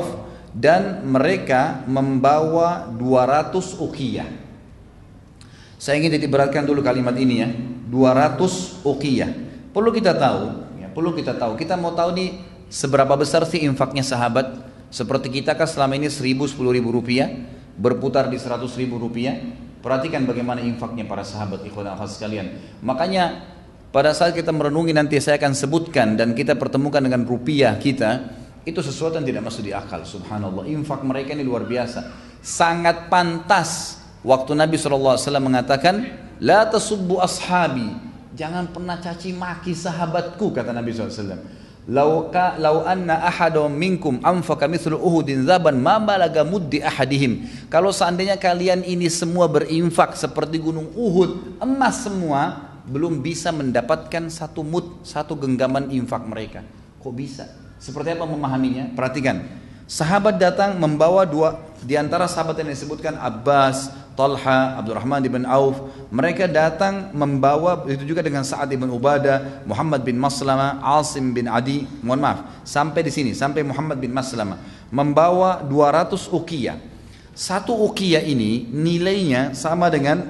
dan mereka membawa 200 uqiyah. Saya ingin titik beratkan dulu kalimat ini ya, 200 uqiyah. Perlu kita tahu, ya, kita mau tahu nih seberapa besar sih infaknya sahabat. Seperti kita kan selama ini 1000, 10.000 rupiah, berputar di 100.000 rupiah. Perhatikan bagaimana infaknya para sahabat, ikhwan dan akhwat sekalian. Makanya pada saat kita merenungi nanti saya akan sebutkan dan kita pertemukan dengan rupiah kita, itu sesuatu yang tidak masuk di akal. Subhanallah, infak mereka ini luar biasa. Sangat pantas waktu Nabi SAW mengatakan, la tasubbu ashabi, jangan pernah caci maki sahabatku, kata Nabi SAW. Lau anna ahadum minkum anfaqa mithlu uhudin zaban ma balaga muddi ahadihim. Kalau seandainya kalian ini semua berinfak seperti gunung Uhud, emas semua, belum bisa mendapatkan satu mud, satu genggaman infak mereka. Kok bisa? Seperti apa memahaminya? Perhatikan. Sahabat datang membawa dua, di antara sahabat yang disebutkan Abbas, Talha, Abdurrahman bin Auf. Mereka datang membawa, itu juga dengan Sa'ad bin Ubadah, Muhammad bin Maslamah, Asim bin Adi. Mohon maaf, sampai di sini, sampai Muhammad bin Maslamah membawa 200 uqiyah. Satu uqiyah ini nilainya sama dengan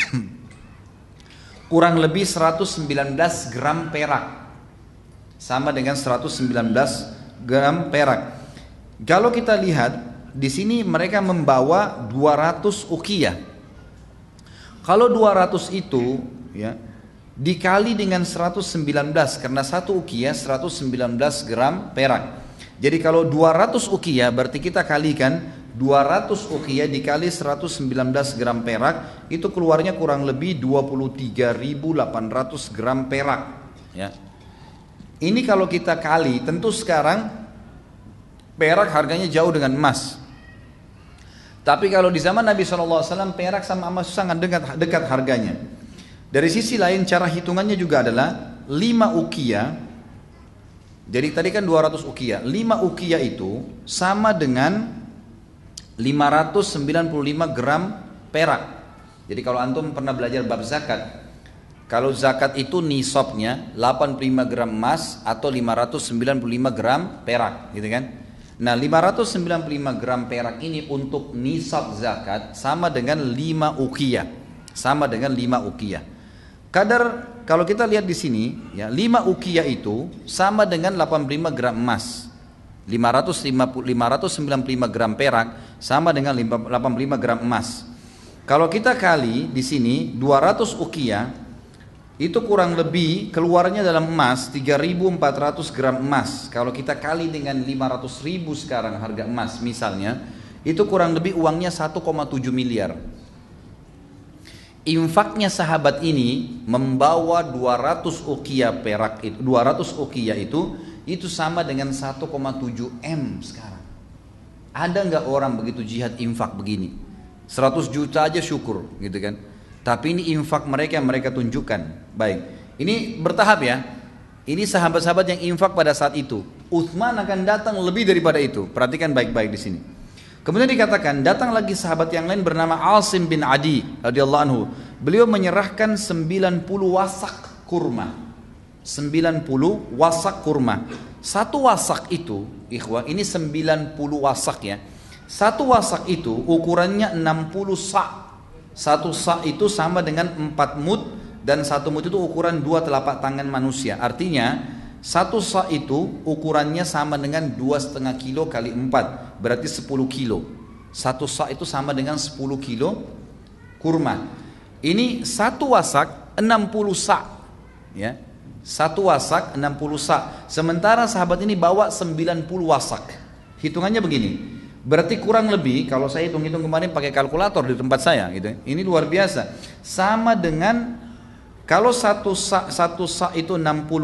kurang lebih 119 gram perak. Sama dengan 119 gram perak. Kalau kita lihat di sini mereka membawa 200 uqiyah. Kalau 200 itu ya dikali dengan 119, karena satu uqiyah 119 gram perak. Jadi kalau 200 uqiyah berarti kita kalikan 200 uqiyah dikali 119 gram perak, itu keluarnya kurang lebih 23.800 gram perak ya. Ini kalau kita kali, tentu sekarang perak harganya jauh dengan emas. Tapi kalau di zaman Nabi SAW perak sama emas sangat dekat harganya. Dari sisi lain cara hitungannya juga adalah 5 uqiyah. Jadi tadi kan 200 uqiyah. 5 uqiyah itu sama dengan 595 gram perak. Jadi kalau antum pernah belajar bab zakat, kalau zakat itu nisabnya 85 gram emas atau 595 gram perak, gitu kan? Nah 595 gram perak ini untuk nisab zakat sama dengan 5 uqiyah. Sama dengan 5 uqiyah. Kadar kalau kita lihat di sini ya, 5 uqiyah itu sama dengan 85 gram emas. 595 gram perak sama dengan 85 gram emas. Kalau kita kali di sini 200 uqiyah, itu kurang lebih keluarnya dalam emas 3.400 gram emas. Kalau kita kali dengan 500.000 sekarang harga emas misalnya, itu kurang lebih uangnya 1,7 miliar. Infaknya sahabat ini membawa 200 uqiyah perak itu, 200 uqiyah itu sama dengan 1,7 M sekarang. Ada nggak orang begitu jihad infak begini? 100 juta aja syukur gitu kan. Tapi ini infak mereka yang mereka tunjukkan. Baik, ini bertahap ya. Ini sahabat-sahabat yang infak pada saat itu. Utsman akan datang lebih daripada itu. Perhatikan baik-baik di sini. Kemudian dikatakan datang lagi sahabat yang lain bernama Asim bin Adi radhiyallahu anhu. Beliau menyerahkan 90 wasak kurma. 90 wasak kurma. Satu wasak itu, ikhwah, ini 90 wasak ya. Satu wasak itu ukurannya 60 sa'. Satu sa' itu sama dengan 4 mud, dan satu mud itu ukuran 2 telapak tangan manusia. Artinya satu sa' itu ukurannya sama dengan 2,5 kilo kali 4, berarti 10 kilo. Satu sa' itu sama dengan 10 kilo kurma. Ini satu wasak 60 sa', ya. Satu wasak 60 sa'. Sementara sahabat ini bawa 90 wasak. Hitungannya begini. Berarti kurang lebih kalau saya hitung-hitung kemarin pakai kalkulator di tempat saya gitu. Ini luar biasa. Sama dengan kalau satu sak itu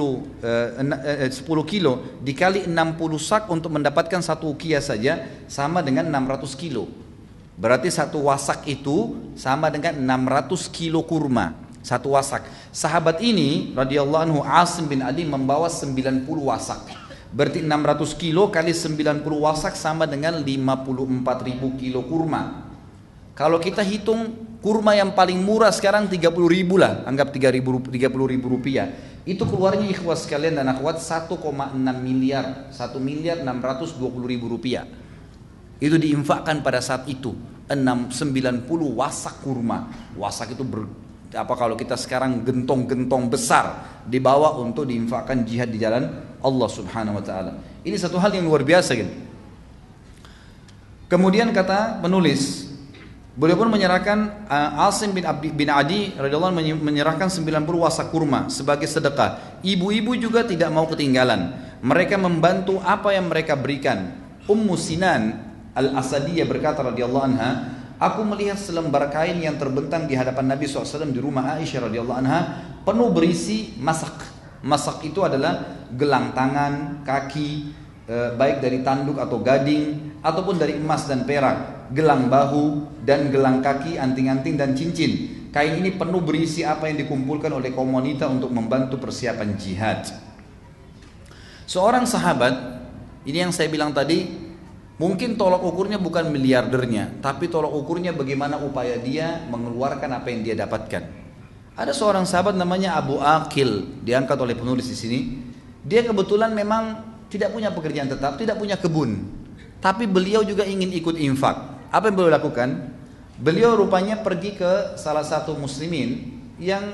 10 kilo dikali 60 sak untuk mendapatkan satu uqiyah saja sama dengan 600 kilo. Berarti satu wasak itu sama dengan 600 kilo kurma. Satu wasak. Sahabat ini radhiyallahu anhu Asim bin Adi membawa 90 wasak. Berarti 600 kilo kali 90 wasak sama dengan 54.000 kilo kurma. Kalau kita hitung kurma yang paling murah sekarang 30.000 lah, anggap 30.000 rupiah. Itu keluarnya ikhwas sekalian dan akhwat 1,6 miliar, 1.620.000 rupiah. Itu diinfakkan pada saat itu 90 wasak kurma. Wasak itu kalau kita sekarang gentong-gentong besar dibawa untuk diinfakkan jihad di jalan Allah Subhanahu wa taala. Ini satu hal yang luar biasa gitu. Kemudian kata penulis, beliau pun menyerahkan Asim bin Adi radhiyallahu anhu menyerahkan 90 wasak kurma sebagai sedekah. Ibu-ibu juga tidak mau ketinggalan. Mereka membantu apa yang mereka berikan. Ummu Sinan Al-Asadiyah berkata radhiyallahu anha, aku melihat selembar kain yang terbentang di hadapan Nabi SAW di rumah Aisyah radhiyallahu anha, penuh berisi masak. Masak itu adalah gelang tangan, kaki, baik dari tanduk atau gading ataupun dari emas dan perak, gelang bahu dan gelang kaki, anting-anting dan cincin. Kain ini penuh berisi apa yang dikumpulkan oleh kaum wanita untuk membantu persiapan jihad. Seorang sahabat, ini yang saya bilang tadi, mungkin tolok ukurnya bukan miliardernya, tapi tolok ukurnya bagaimana upaya dia mengeluarkan apa yang dia dapatkan. Ada seorang sahabat namanya Abu Aqil, diangkat oleh penulis di sini. Dia kebetulan memang tidak punya pekerjaan tetap, tidak punya kebun, tapi beliau juga ingin ikut infak. Apa yang beliau lakukan? Beliau rupanya pergi ke salah satu muslimin yang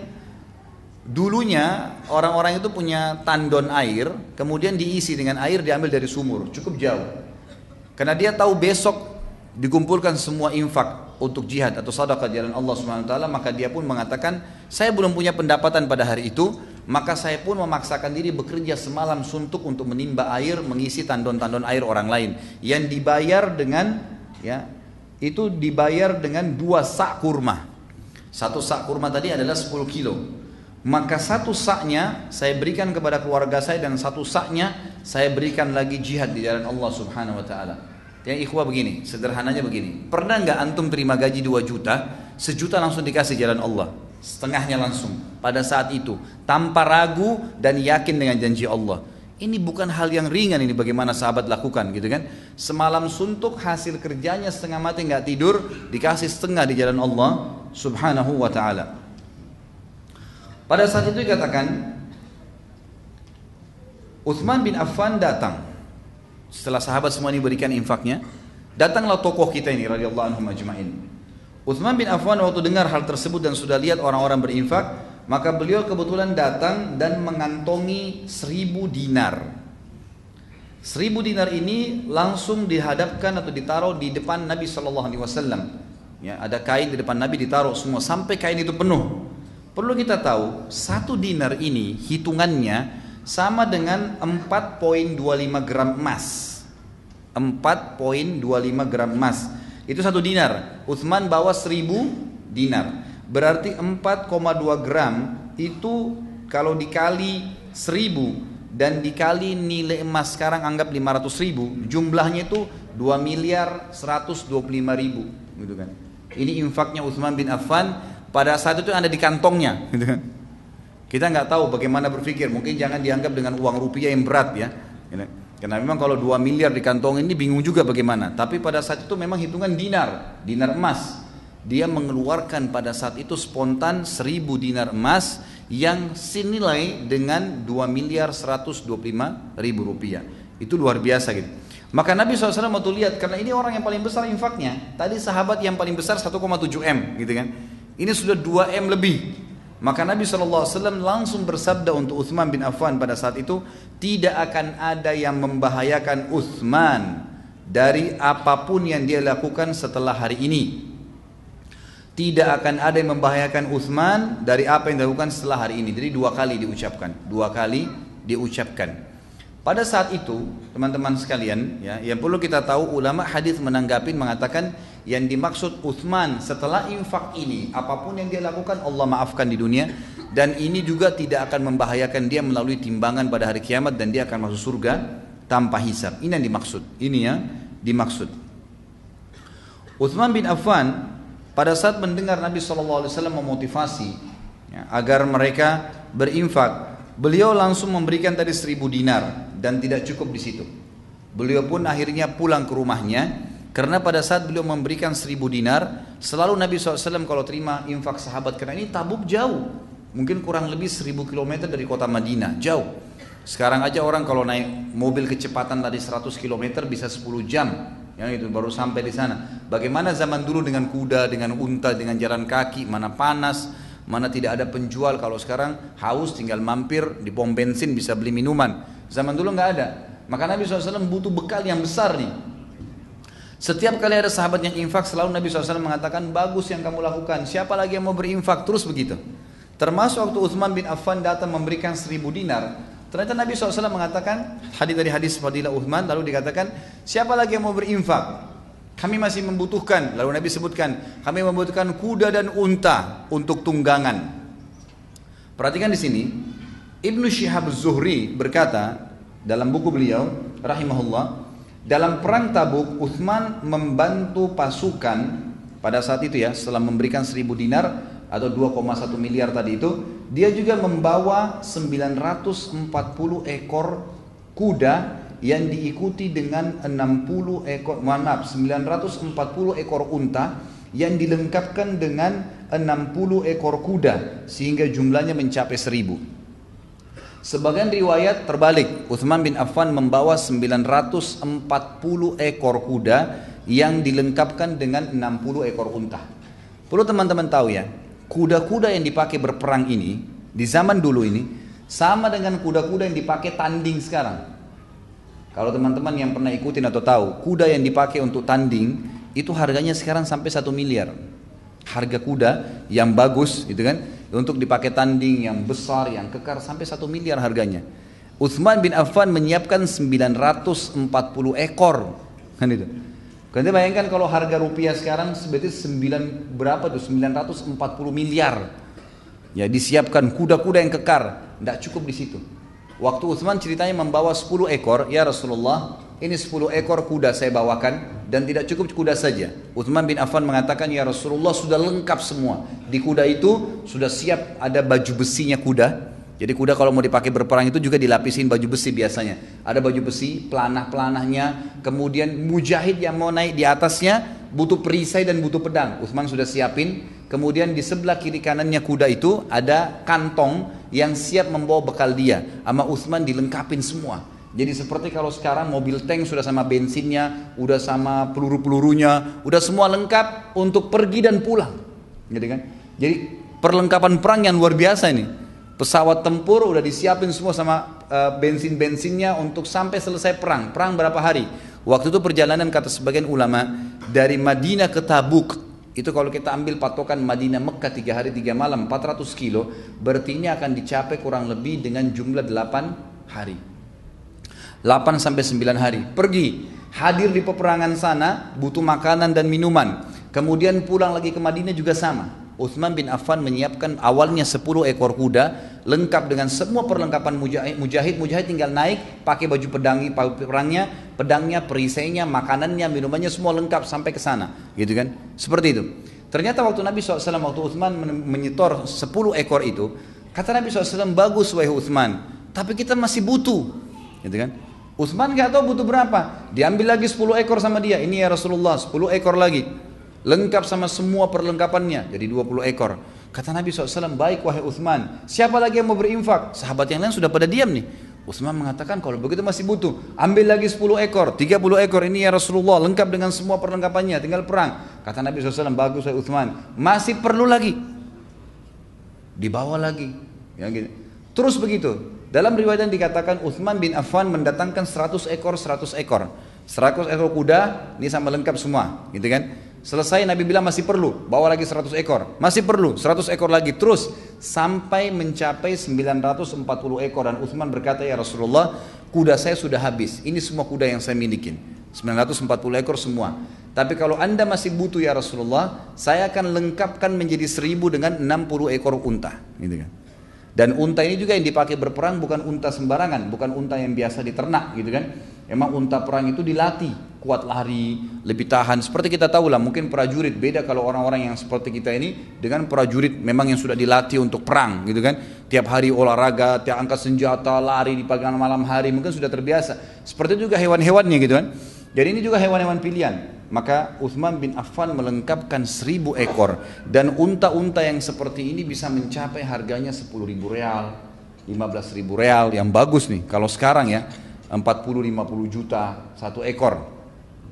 dulunya orang-orang itu punya tandon air, kemudian diisi dengan air diambil dari sumur, cukup jauh. Karena dia tahu besok dikumpulkan semua infak untuk jihad atau sedekah jalan Allah Subhanahu wa taala, maka dia pun mengatakan, saya belum punya pendapatan pada hari itu, maka saya pun memaksakan diri bekerja semalam suntuk untuk menimba air, mengisi tandon-tandon air orang lain yang dibayar dengan itu dibayar dengan 2 sak kurma. 1 sak kurma tadi adalah 10 kilo. Maka 1 saknya saya berikan kepada keluarga saya dan 1 saknya saya berikan lagi jihad di jalan Allah Subhanahu wa taala. Yang ikhwah begini, sederhananya begini. Pernah enggak antum terima gaji 2 juta, 1 juta langsung dikasih jalan Allah? Setengahnya langsung pada saat itu, tanpa ragu dan yakin dengan janji Allah. Ini bukan hal yang ringan, ini bagaimana sahabat lakukan gitu kan. Semalam suntuk, hasil kerjanya setengah mati nggak tidur, dikasih setengah di jalan Allah Subhanahu wa taala. Pada saat itu dikatakan Utsman bin Affan datang. Setelah sahabat semua ini berikan infaknya, datanglah tokoh kita ini radhiyallahu anhum ajma'in. Utsman bin Affan waktu dengar hal tersebut dan sudah lihat orang-orang berinfak, maka beliau kebetulan datang dan mengantongi 1000 dinar. 1000 dinar ini langsung dihadapkan atau ditaruh di depan Nabi SAW. Ya, ada kain di depan Nabi ditaruh semua sampai kain itu penuh. Perlu kita tahu 1 dinar ini hitungannya sama dengan 4,25 gram emas. 4,25 gram emas. Itu 1 dinar. Utsman bawa 1000 dinar. Berarti 4,2 gram itu kalau dikali 1000 dan dikali nilai emas sekarang anggap 500.000, jumlahnya itu 2.125.000 gitu kan. Ini infaknya Utsman bin Affan pada saat itu ada di kantongnya gitu kan. Kita nggak tahu bagaimana berpikir, mungkin jangan dianggap dengan uang rupiah yang berat ya. Karena memang kalau 2 miliar di kantong ini bingung juga bagaimana. Tapi pada saat itu memang hitungan dinar emas. Dia mengeluarkan pada saat itu spontan 1000 dinar emas yang senilai dengan 2.125.000 rupiah. Itu luar biasa gitu. Maka Nabi SAW waktu lihat, karena ini orang yang paling besar infaknya. Tadi sahabat yang paling besar 1,7 M gitu kan. Ini sudah 2 M lebih. Maka Nabi SAW langsung bersabda untuk Utsman bin Affan pada saat itu, tidak akan ada yang membahayakan Utsman dari apapun yang dia lakukan setelah hari ini. Tidak akan ada yang membahayakan Utsman dari apa yang dilakukan setelah hari ini. Jadi 2 kali diucapkan, 2 kali diucapkan. Pada saat itu, teman-teman sekalian, ya, yang perlu kita tahu, ulama hadis menanggapi mengatakan yang dimaksud Utsman setelah infak ini, apapun yang dia lakukan Allah maafkan di dunia, dan ini juga tidak akan membahayakan dia melalui timbangan pada hari kiamat dan dia akan masuk surga tanpa hisab. Ini yang dimaksud. Ini yang dimaksud. Utsman bin Affan pada saat mendengar Nabi SAW memotivasi ya, agar mereka berinfak, beliau langsung memberikan tadi 1000 dinar dan tidak cukup di situ. Beliau pun akhirnya pulang ke rumahnya karena pada saat beliau memberikan 1000 dinar, selalu Nabi SAW kalau terima infak sahabat, karena ini Tabuk jauh, mungkin kurang lebih 1000 km dari kota Madinah, jauh. Sekarang aja orang kalau naik mobil kecepatan tadi 100 km bisa 10 jam Yang itu baru sampai di sana. Bagaimana zaman dulu dengan kuda, dengan unta, dengan jalan kaki, mana panas, mana tidak ada penjual. Kalau sekarang haus tinggal mampir di pom bensin bisa beli minuman. Zaman dulu nggak ada. Maka Nabi SAW butuh bekal yang besar nih. Setiap kali ada sahabat yang infak, selalu Nabi SAW mengatakan, bagus yang kamu lakukan, siapa lagi yang mau berinfak, terus begitu. Termasuk waktu Utsman bin Affan datang memberikan 1000 dinar, ternyata Nabi SAW mengatakan, dari hadis Fadilah Utsman, lalu dikatakan, siapa lagi yang mau berinfak? Kami masih membutuhkan. Lalu Nabi sebutkan, kami membutuhkan kuda dan unta untuk tunggangan. Perhatikan di sini, Ibnu Syihab Az-Zuhri berkata dalam buku beliau, rahimahullah, dalam perang Tabuk, Utsman membantu pasukan pada saat itu ya, setelah memberikan 1000 dinar atau 2,1 miliar tadi itu, dia juga membawa 940 ekor kuda yang diikuti dengan 940 ekor unta yang dilengkapkan dengan 60 ekor kuda sehingga jumlahnya mencapai 1000. Sebagian riwayat terbalik, Utsman bin Affan membawa 940 ekor kuda yang dilengkapkan dengan 60 ekor unta. Perlu teman-teman tahu ya, kuda-kuda yang dipakai berperang ini di zaman dulu ini sama dengan kuda-kuda yang dipakai tanding sekarang. Kalau teman-teman yang pernah ikutin atau tahu, kuda yang dipakai untuk tanding itu harganya sekarang sampai 1 miliar. Harga kuda yang bagus gitu kan, untuk dipakai tanding yang besar, yang kekar, sampai 1 miliar harganya. Utsman bin Affan menyiapkan 940 ekor. Kan itu. Kalian bayangkan kalau harga rupiah sekarang sebetulnya berapa tuh? 940 miliar. Ya, disiapkan kuda-kuda yang kekar, tidak cukup di situ. Waktu Utsman ceritanya membawa 10 ekor, ya Rasulullah, ini 10 ekor kuda saya bawakan dan tidak cukup kuda saja. Utsman bin Affan mengatakan, ya Rasulullah, sudah lengkap semua. Di kuda itu sudah siap ada baju besinya kuda. Jadi kuda kalau mau dipakai berperang itu juga dilapisin baju besi biasanya. Ada baju besi, pelanah-pelanahnya, kemudian mujahid yang mau naik di atasnya butuh perisai dan butuh pedang. Utsman sudah siapin. Kemudian di sebelah kiri kanannya kuda itu ada kantong yang siap membawa bekal dia. Sama Utsman dilengkapin semua. Jadi seperti kalau sekarang mobil tank sudah sama bensinnya, udah sama peluru-pelurunya, udah semua lengkap untuk pergi dan pulang. Gitu kan? Jadi perlengkapan perang yang luar biasa ini. Pesawat tempur udah disiapin semua sama bensin-bensinnya untuk sampai selesai perang. Perang berapa hari? Waktu itu perjalanan kata sebagian ulama dari Madinah ke Tabuk. Itu kalau kita ambil patokan Madinah Mekah 3 hari 3 malam 400 kilo, berarti ini akan dicapai kurang lebih dengan jumlah 8 hari. 8 sampai 9 hari. Pergi, hadir di peperangan sana, butuh makanan dan minuman. Kemudian pulang lagi ke Madinah juga sama. Utsman bin Affan menyiapkan awalnya 10 ekor kuda lengkap dengan semua perlengkapan mujahid tinggal naik, pakai baju pedangnya, perisainya, makanannya, minumannya semua lengkap sampai ke sana, gitu kan? Seperti itu. Ternyata waktu Nabi SAW, waktu Utsman menyetor 10 ekor itu, kata Nabi SAW, bagus wahai Utsman, tapi kita masih butuh, gitu kan? Utsman nggak tahu butuh berapa, diambil lagi 10 ekor sama dia, ini ya Rasulullah 10 ekor lagi. Lengkap sama semua perlengkapannya, jadi 20 ekor. Kata Nabi SAW, baik wahai Utsman, siapa lagi yang mau berinfak? Sahabat yang lain sudah pada diam nih. Utsman mengatakan, kalau begitu masih butuh, ambil lagi 10 ekor, 30 ekor, ini ya Rasulullah, lengkap dengan semua perlengkapannya, tinggal perang. Kata Nabi SAW, bagus wahai Utsman, masih perlu lagi, dibawa lagi, ya, gitu. Terus begitu. Dalam riwayat yang dikatakan Utsman bin Affan mendatangkan 100 ekor kuda, ini sama lengkap semua, gitu kan? Selesai Nabi bilang masih perlu, bawa lagi 100 ekor, masih perlu 100 ekor lagi, terus sampai mencapai 940 ekor. Dan Utsman berkata, ya Rasulullah, kuda saya sudah habis, ini semua kuda yang saya milikin, 940 ekor semua. Tapi kalau anda masih butuh ya Rasulullah, saya akan lengkapkan menjadi 1000 dengan 60 ekor unta, gitu kan? Dan unta ini juga yang dipakai berperang bukan unta sembarangan, bukan unta yang biasa diternak, gitu kan? Memang unta perang itu dilatih, kuat lari, lebih tahan. Seperti kita tahu lah, mungkin prajurit beda kalau orang-orang yang seperti kita ini dengan prajurit memang yang sudah dilatih untuk perang, gitu kan? Tiap hari olahraga, tiap angkat senjata, lari di pagi malam hari, mungkin sudah terbiasa. Seperti juga hewan-hewannya, gitu kan? Jadi ini juga hewan-hewan pilihan. Maka Utsman bin Affan melengkapkan 1000 ekor, dan unta-unta yang seperti ini bisa mencapai harganya 10.000 real, 15.000 real, yang bagus nih. Kalau sekarang ya 40-50 juta satu ekor.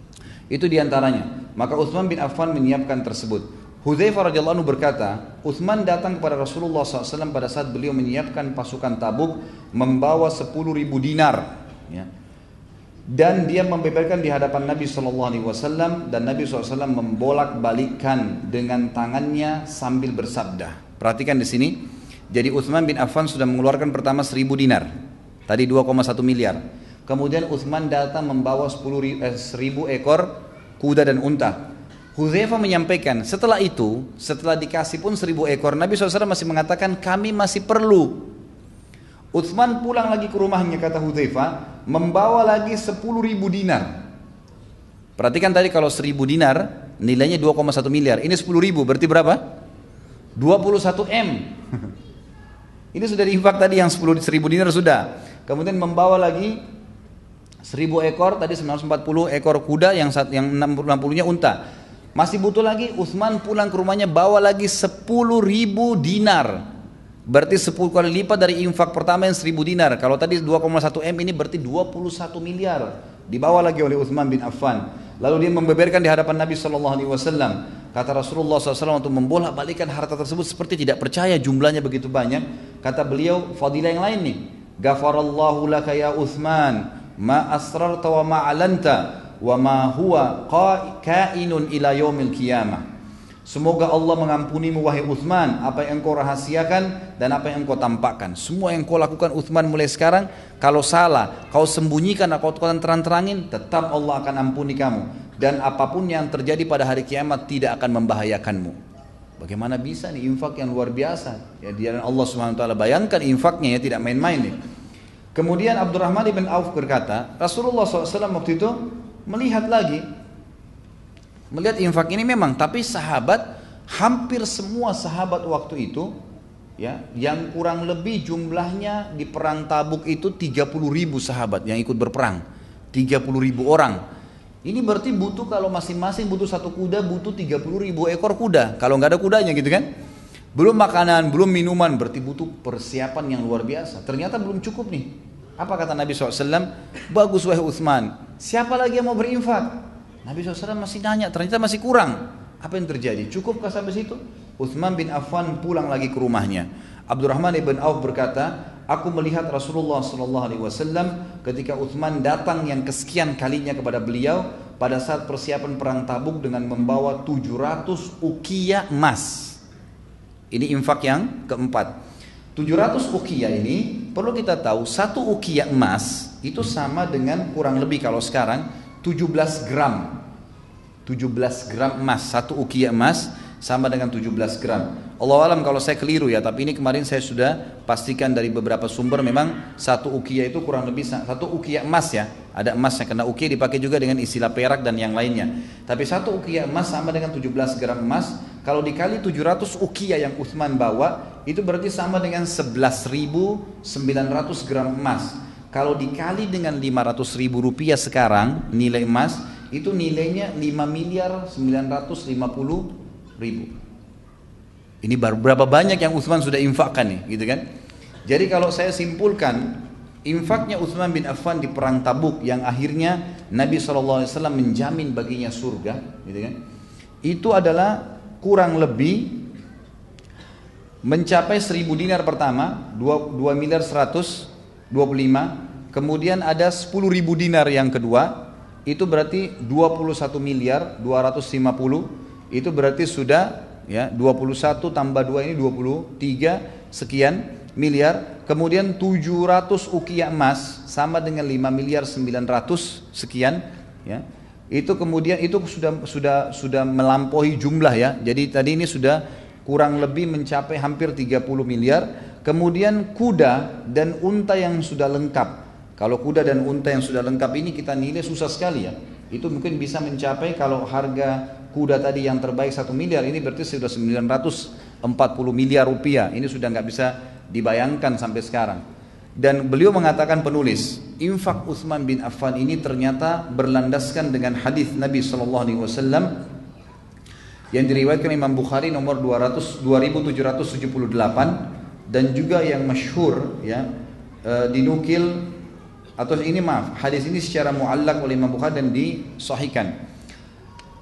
Itu diantaranya. Maka Utsman bin Affan menyiapkan tersebut. Hudzaifah radhiyallahu anhu berkata, Utsman datang kepada Rasulullah SAW pada saat beliau menyiapkan pasukan Tabuk membawa 10.000 dinar. Ya. Dan dia membeberkan di hadapan Nabi SAW dan Nabi SAW membolak-balikkan dengan tangannya sambil bersabda. Perhatikan di sini. Jadi Utsman bin Affan sudah mengeluarkan pertama 1.000 dinar. Tadi 2,1 miliar. Kemudian Utsman datang membawa 1.000 ekor kuda dan unta. Hudzaifah menyampaikan, setelah itu, setelah dikasih pun 1.000 ekor, Nabi SAW masih mengatakan kami masih perlu. Utsman pulang lagi ke rumahnya, kata Hudzaifah, membawa lagi 10.000 dinar. Perhatikan tadi kalau 1.000 dinar nilainya 2,1 miliar, ini 10.000 berarti berapa? 21 M. Ini sudah diinfak tadi yang 1.000 dinar sudah. Kemudian membawa lagi 1.000 ekor, tadi 940 ekor kuda, yang 60-nya unta. Masih butuh lagi, Utsman pulang ke rumahnya bawa lagi 10.000 dinar. Berarti 10 kali lipat dari infak pertama yang 1.000 dinar. Kalau tadi 2,1 M, ini berarti 21 miliar. Dibawa lagi oleh Utsman bin Affan. Lalu dia membeberkan di hadapan Nabi SAW. Kata Rasulullah SAW untuk membolak-balikan harta tersebut seperti tidak percaya jumlahnya begitu banyak. Kata beliau, fadilah yang lain nih. Ghafarallahu laka ya Utsman ma asrarta wa ma alanta wa ma huwa kainun ila yaumil qiyamah. Semoga Allah mengampunimu wahai Utsman apa yang engkau rahasiakan dan apa yang engkau tampakkan. Semua yang kau lakukan Utsman mulai sekarang, kalau salah kau sembunyikan atau kau terang-terangin, tetap Allah akan ampuni kamu, dan apapun yang terjadi pada hari kiamat tidak akan membahayakanmu. Bagaimana bisa nih infak yang luar biasa ya, di jalan Allah Subhanahu wa taala. Bayangkan infaknya ya, tidak main-main nih. Kemudian Abdurrahman bin Auf berkata, Rasulullah SAW waktu itu melihat infak ini memang, tapi sahabat, hampir semua sahabat waktu itu, ya, yang kurang lebih jumlahnya di perang Tabuk itu 30.000 sahabat yang ikut berperang, 30.000 orang. Ini berarti butuh, kalau masing-masing butuh satu kuda, butuh 30.000 ekor kuda, kalau nggak ada kudanya gitu kan. Belum makanan, belum minuman, berarti butuh persiapan yang luar biasa. Ternyata belum cukup nih. Apa kata Nabi SAW? Bagus wahai Utsman, siapa lagi yang mau berinfak? Nabi SAW masih nanya, ternyata masih kurang. Apa yang terjadi? Cukupkah sampai situ? Utsman bin Affan pulang lagi ke rumahnya. Abdurrahman bin Auf berkata, aku melihat Rasulullah SAW ketika Utsman datang yang kesekian kalinya kepada beliau pada saat persiapan perang Tabuk dengan membawa 700 uqiyah emas. Ini infak yang keempat. 700 uqiyah ini perlu kita tahu, satu uqiyah emas itu sama dengan kurang lebih kalau sekarang 17 gram. 17 gram emas, satu uqiyah emas sama dengan 17 gram. Allahu alam kalau saya keliru ya, tapi ini kemarin saya sudah pastikan dari beberapa sumber, memang satu uqiyah itu kurang lebih satu uqiyah emas ya. Ada emasnya, karena uqiyah dipakai juga dengan istilah perak dan yang lainnya. Tapi satu uqiyah emas sama dengan 17 gram emas. Kalau dikali 700 uqiyah yang Utsman bawa, itu berarti sama dengan 11.900 gram emas. Kalau dikali dengan 500.000 rupiah sekarang nilai emas, itu nilainya 5.950.000. Ini berapa banyak yang Utsman sudah infakkan nih, gitu kan? Jadi kalau saya simpulkan, infaknya Utsman bin Affan di perang Tabuk yang akhirnya Nabi SAW menjamin baginya surga, gitu kan? Itu adalah kurang lebih mencapai 1.000 dinar pertama, 2 miliar 125, kemudian ada 10.000 dinar yang kedua, itu berarti 21 miliar 250, itu berarti sudah ya 21 tambah 2 ini 23 sekian miliar. Kemudian 700 uqiyah emas sama dengan 5 miliar 900 sekian ya. Itu kemudian itu sudah melampaui jumlah ya. Jadi tadi ini sudah kurang lebih mencapai hampir 30 miliar. Kemudian kuda dan unta yang sudah lengkap. Kalau kuda dan unta yang sudah lengkap ini kita nilai susah sekali ya. Itu mungkin bisa mencapai, kalau harga kuda tadi yang terbaik 1 miliar, ini berarti sudah 940 miliar rupiah. Ini sudah nggak bisa dibayangkan sampai sekarang. Dan beliau mengatakan, penulis, infak Utsman bin Affan ini ternyata berlandaskan dengan hadis Nabi SAW yang diriwayatkan Imam Bukhari nomor 2778, dan juga yang masyhur ya, dinukil atau ini hadis ini secara muallak oleh Imam Bukhari dan disahihkan.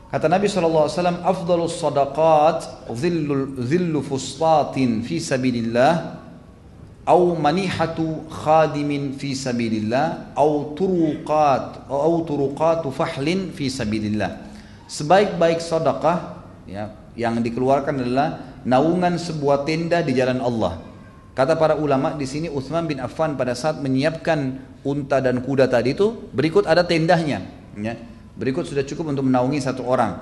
Kata Nabi SAW, afdalus sadaqat zillu fustatin fi sabilillah, au manihatu khadimin fi sabilillah, au turuqatu fahlin fi sabilillah. Sebaik-baik sedekah ya, yang dikeluarkan adalah naungan sebuah tenda di jalan Allah. Kata para ulama di sini, Utsman bin Affan pada saat menyiapkan unta dan kuda tadi itu, berikut ada tendahnya ya. Berikut sudah cukup untuk menaungi satu orang.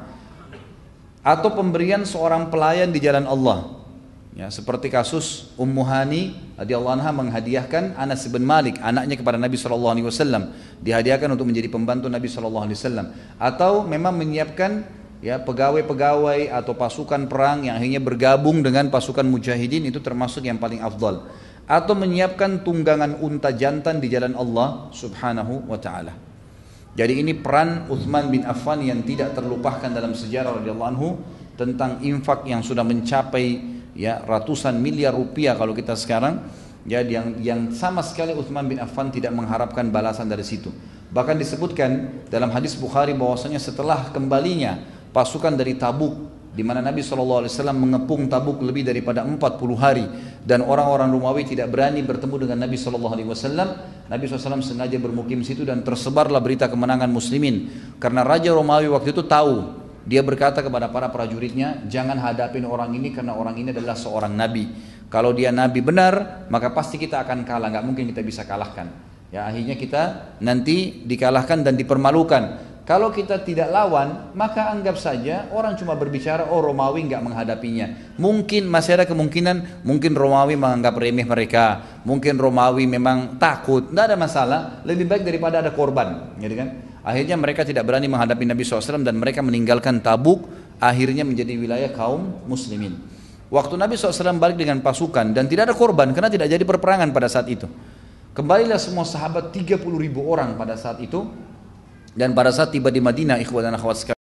Atau pemberian seorang pelayan di jalan Allah. Ya, seperti kasus Ummu Hani radhiyallahu anha menghadiahkan Anas bin Malik, anaknya, kepada Nabi SAW. Dihadiahkan untuk menjadi pembantu Nabi SAW. Atau memang menyiapkan ya pegawai-pegawai atau pasukan perang yang akhirnya bergabung dengan pasukan mujahidin, itu termasuk yang paling afdal. Atau menyiapkan tunggangan unta jantan di jalan Allah Subhanahu wa ta'ala. Jadi ini peran Utsman bin Affan yang tidak terlupakan dalam sejarah radhiyallahu anhu, tentang infak yang sudah mencapai ya ratusan miliar rupiah kalau kita sekarang ya, yang sama sekali Utsman bin Affan tidak mengharapkan balasan dari situ. Bahkan disebutkan dalam hadis Bukhari bahwasanya setelah kembalinya pasukan dari Tabuk, di mana Nabi SAW mengepung Tabuk lebih daripada 40 hari dan orang-orang Romawi tidak berani bertemu dengan Nabi SAW. Nabi SAW sengaja bermukim situ dan tersebarlah berita kemenangan muslimin, karena Raja Romawi waktu itu tahu. Dia berkata kepada para prajuritnya, jangan hadapin orang ini karena orang ini adalah seorang nabi. Kalau dia nabi benar, maka pasti kita akan kalah, nggak mungkin kita bisa kalahkan. Ya, akhirnya kita nanti dikalahkan dan dipermalukan. Kalau kita tidak lawan, maka anggap saja orang cuma berbicara, oh Romawi nggak menghadapinya. Mungkin masih ada kemungkinan, mungkin Romawi menganggap remeh mereka, mungkin Romawi memang takut, nggak ada masalah. Lebih baik daripada ada korban, gitu kan? Akhirnya mereka tidak berani menghadapi Nabi SAW dan mereka meninggalkan Tabuk, akhirnya menjadi wilayah kaum muslimin. Waktu Nabi SAW balik dengan pasukan dan tidak ada korban karena tidak jadi perperangan pada saat itu. Kembalilah semua sahabat 30.000 orang pada saat itu. Dan pada saat tiba di Madinah, ikhwan dan akhwat sekalian,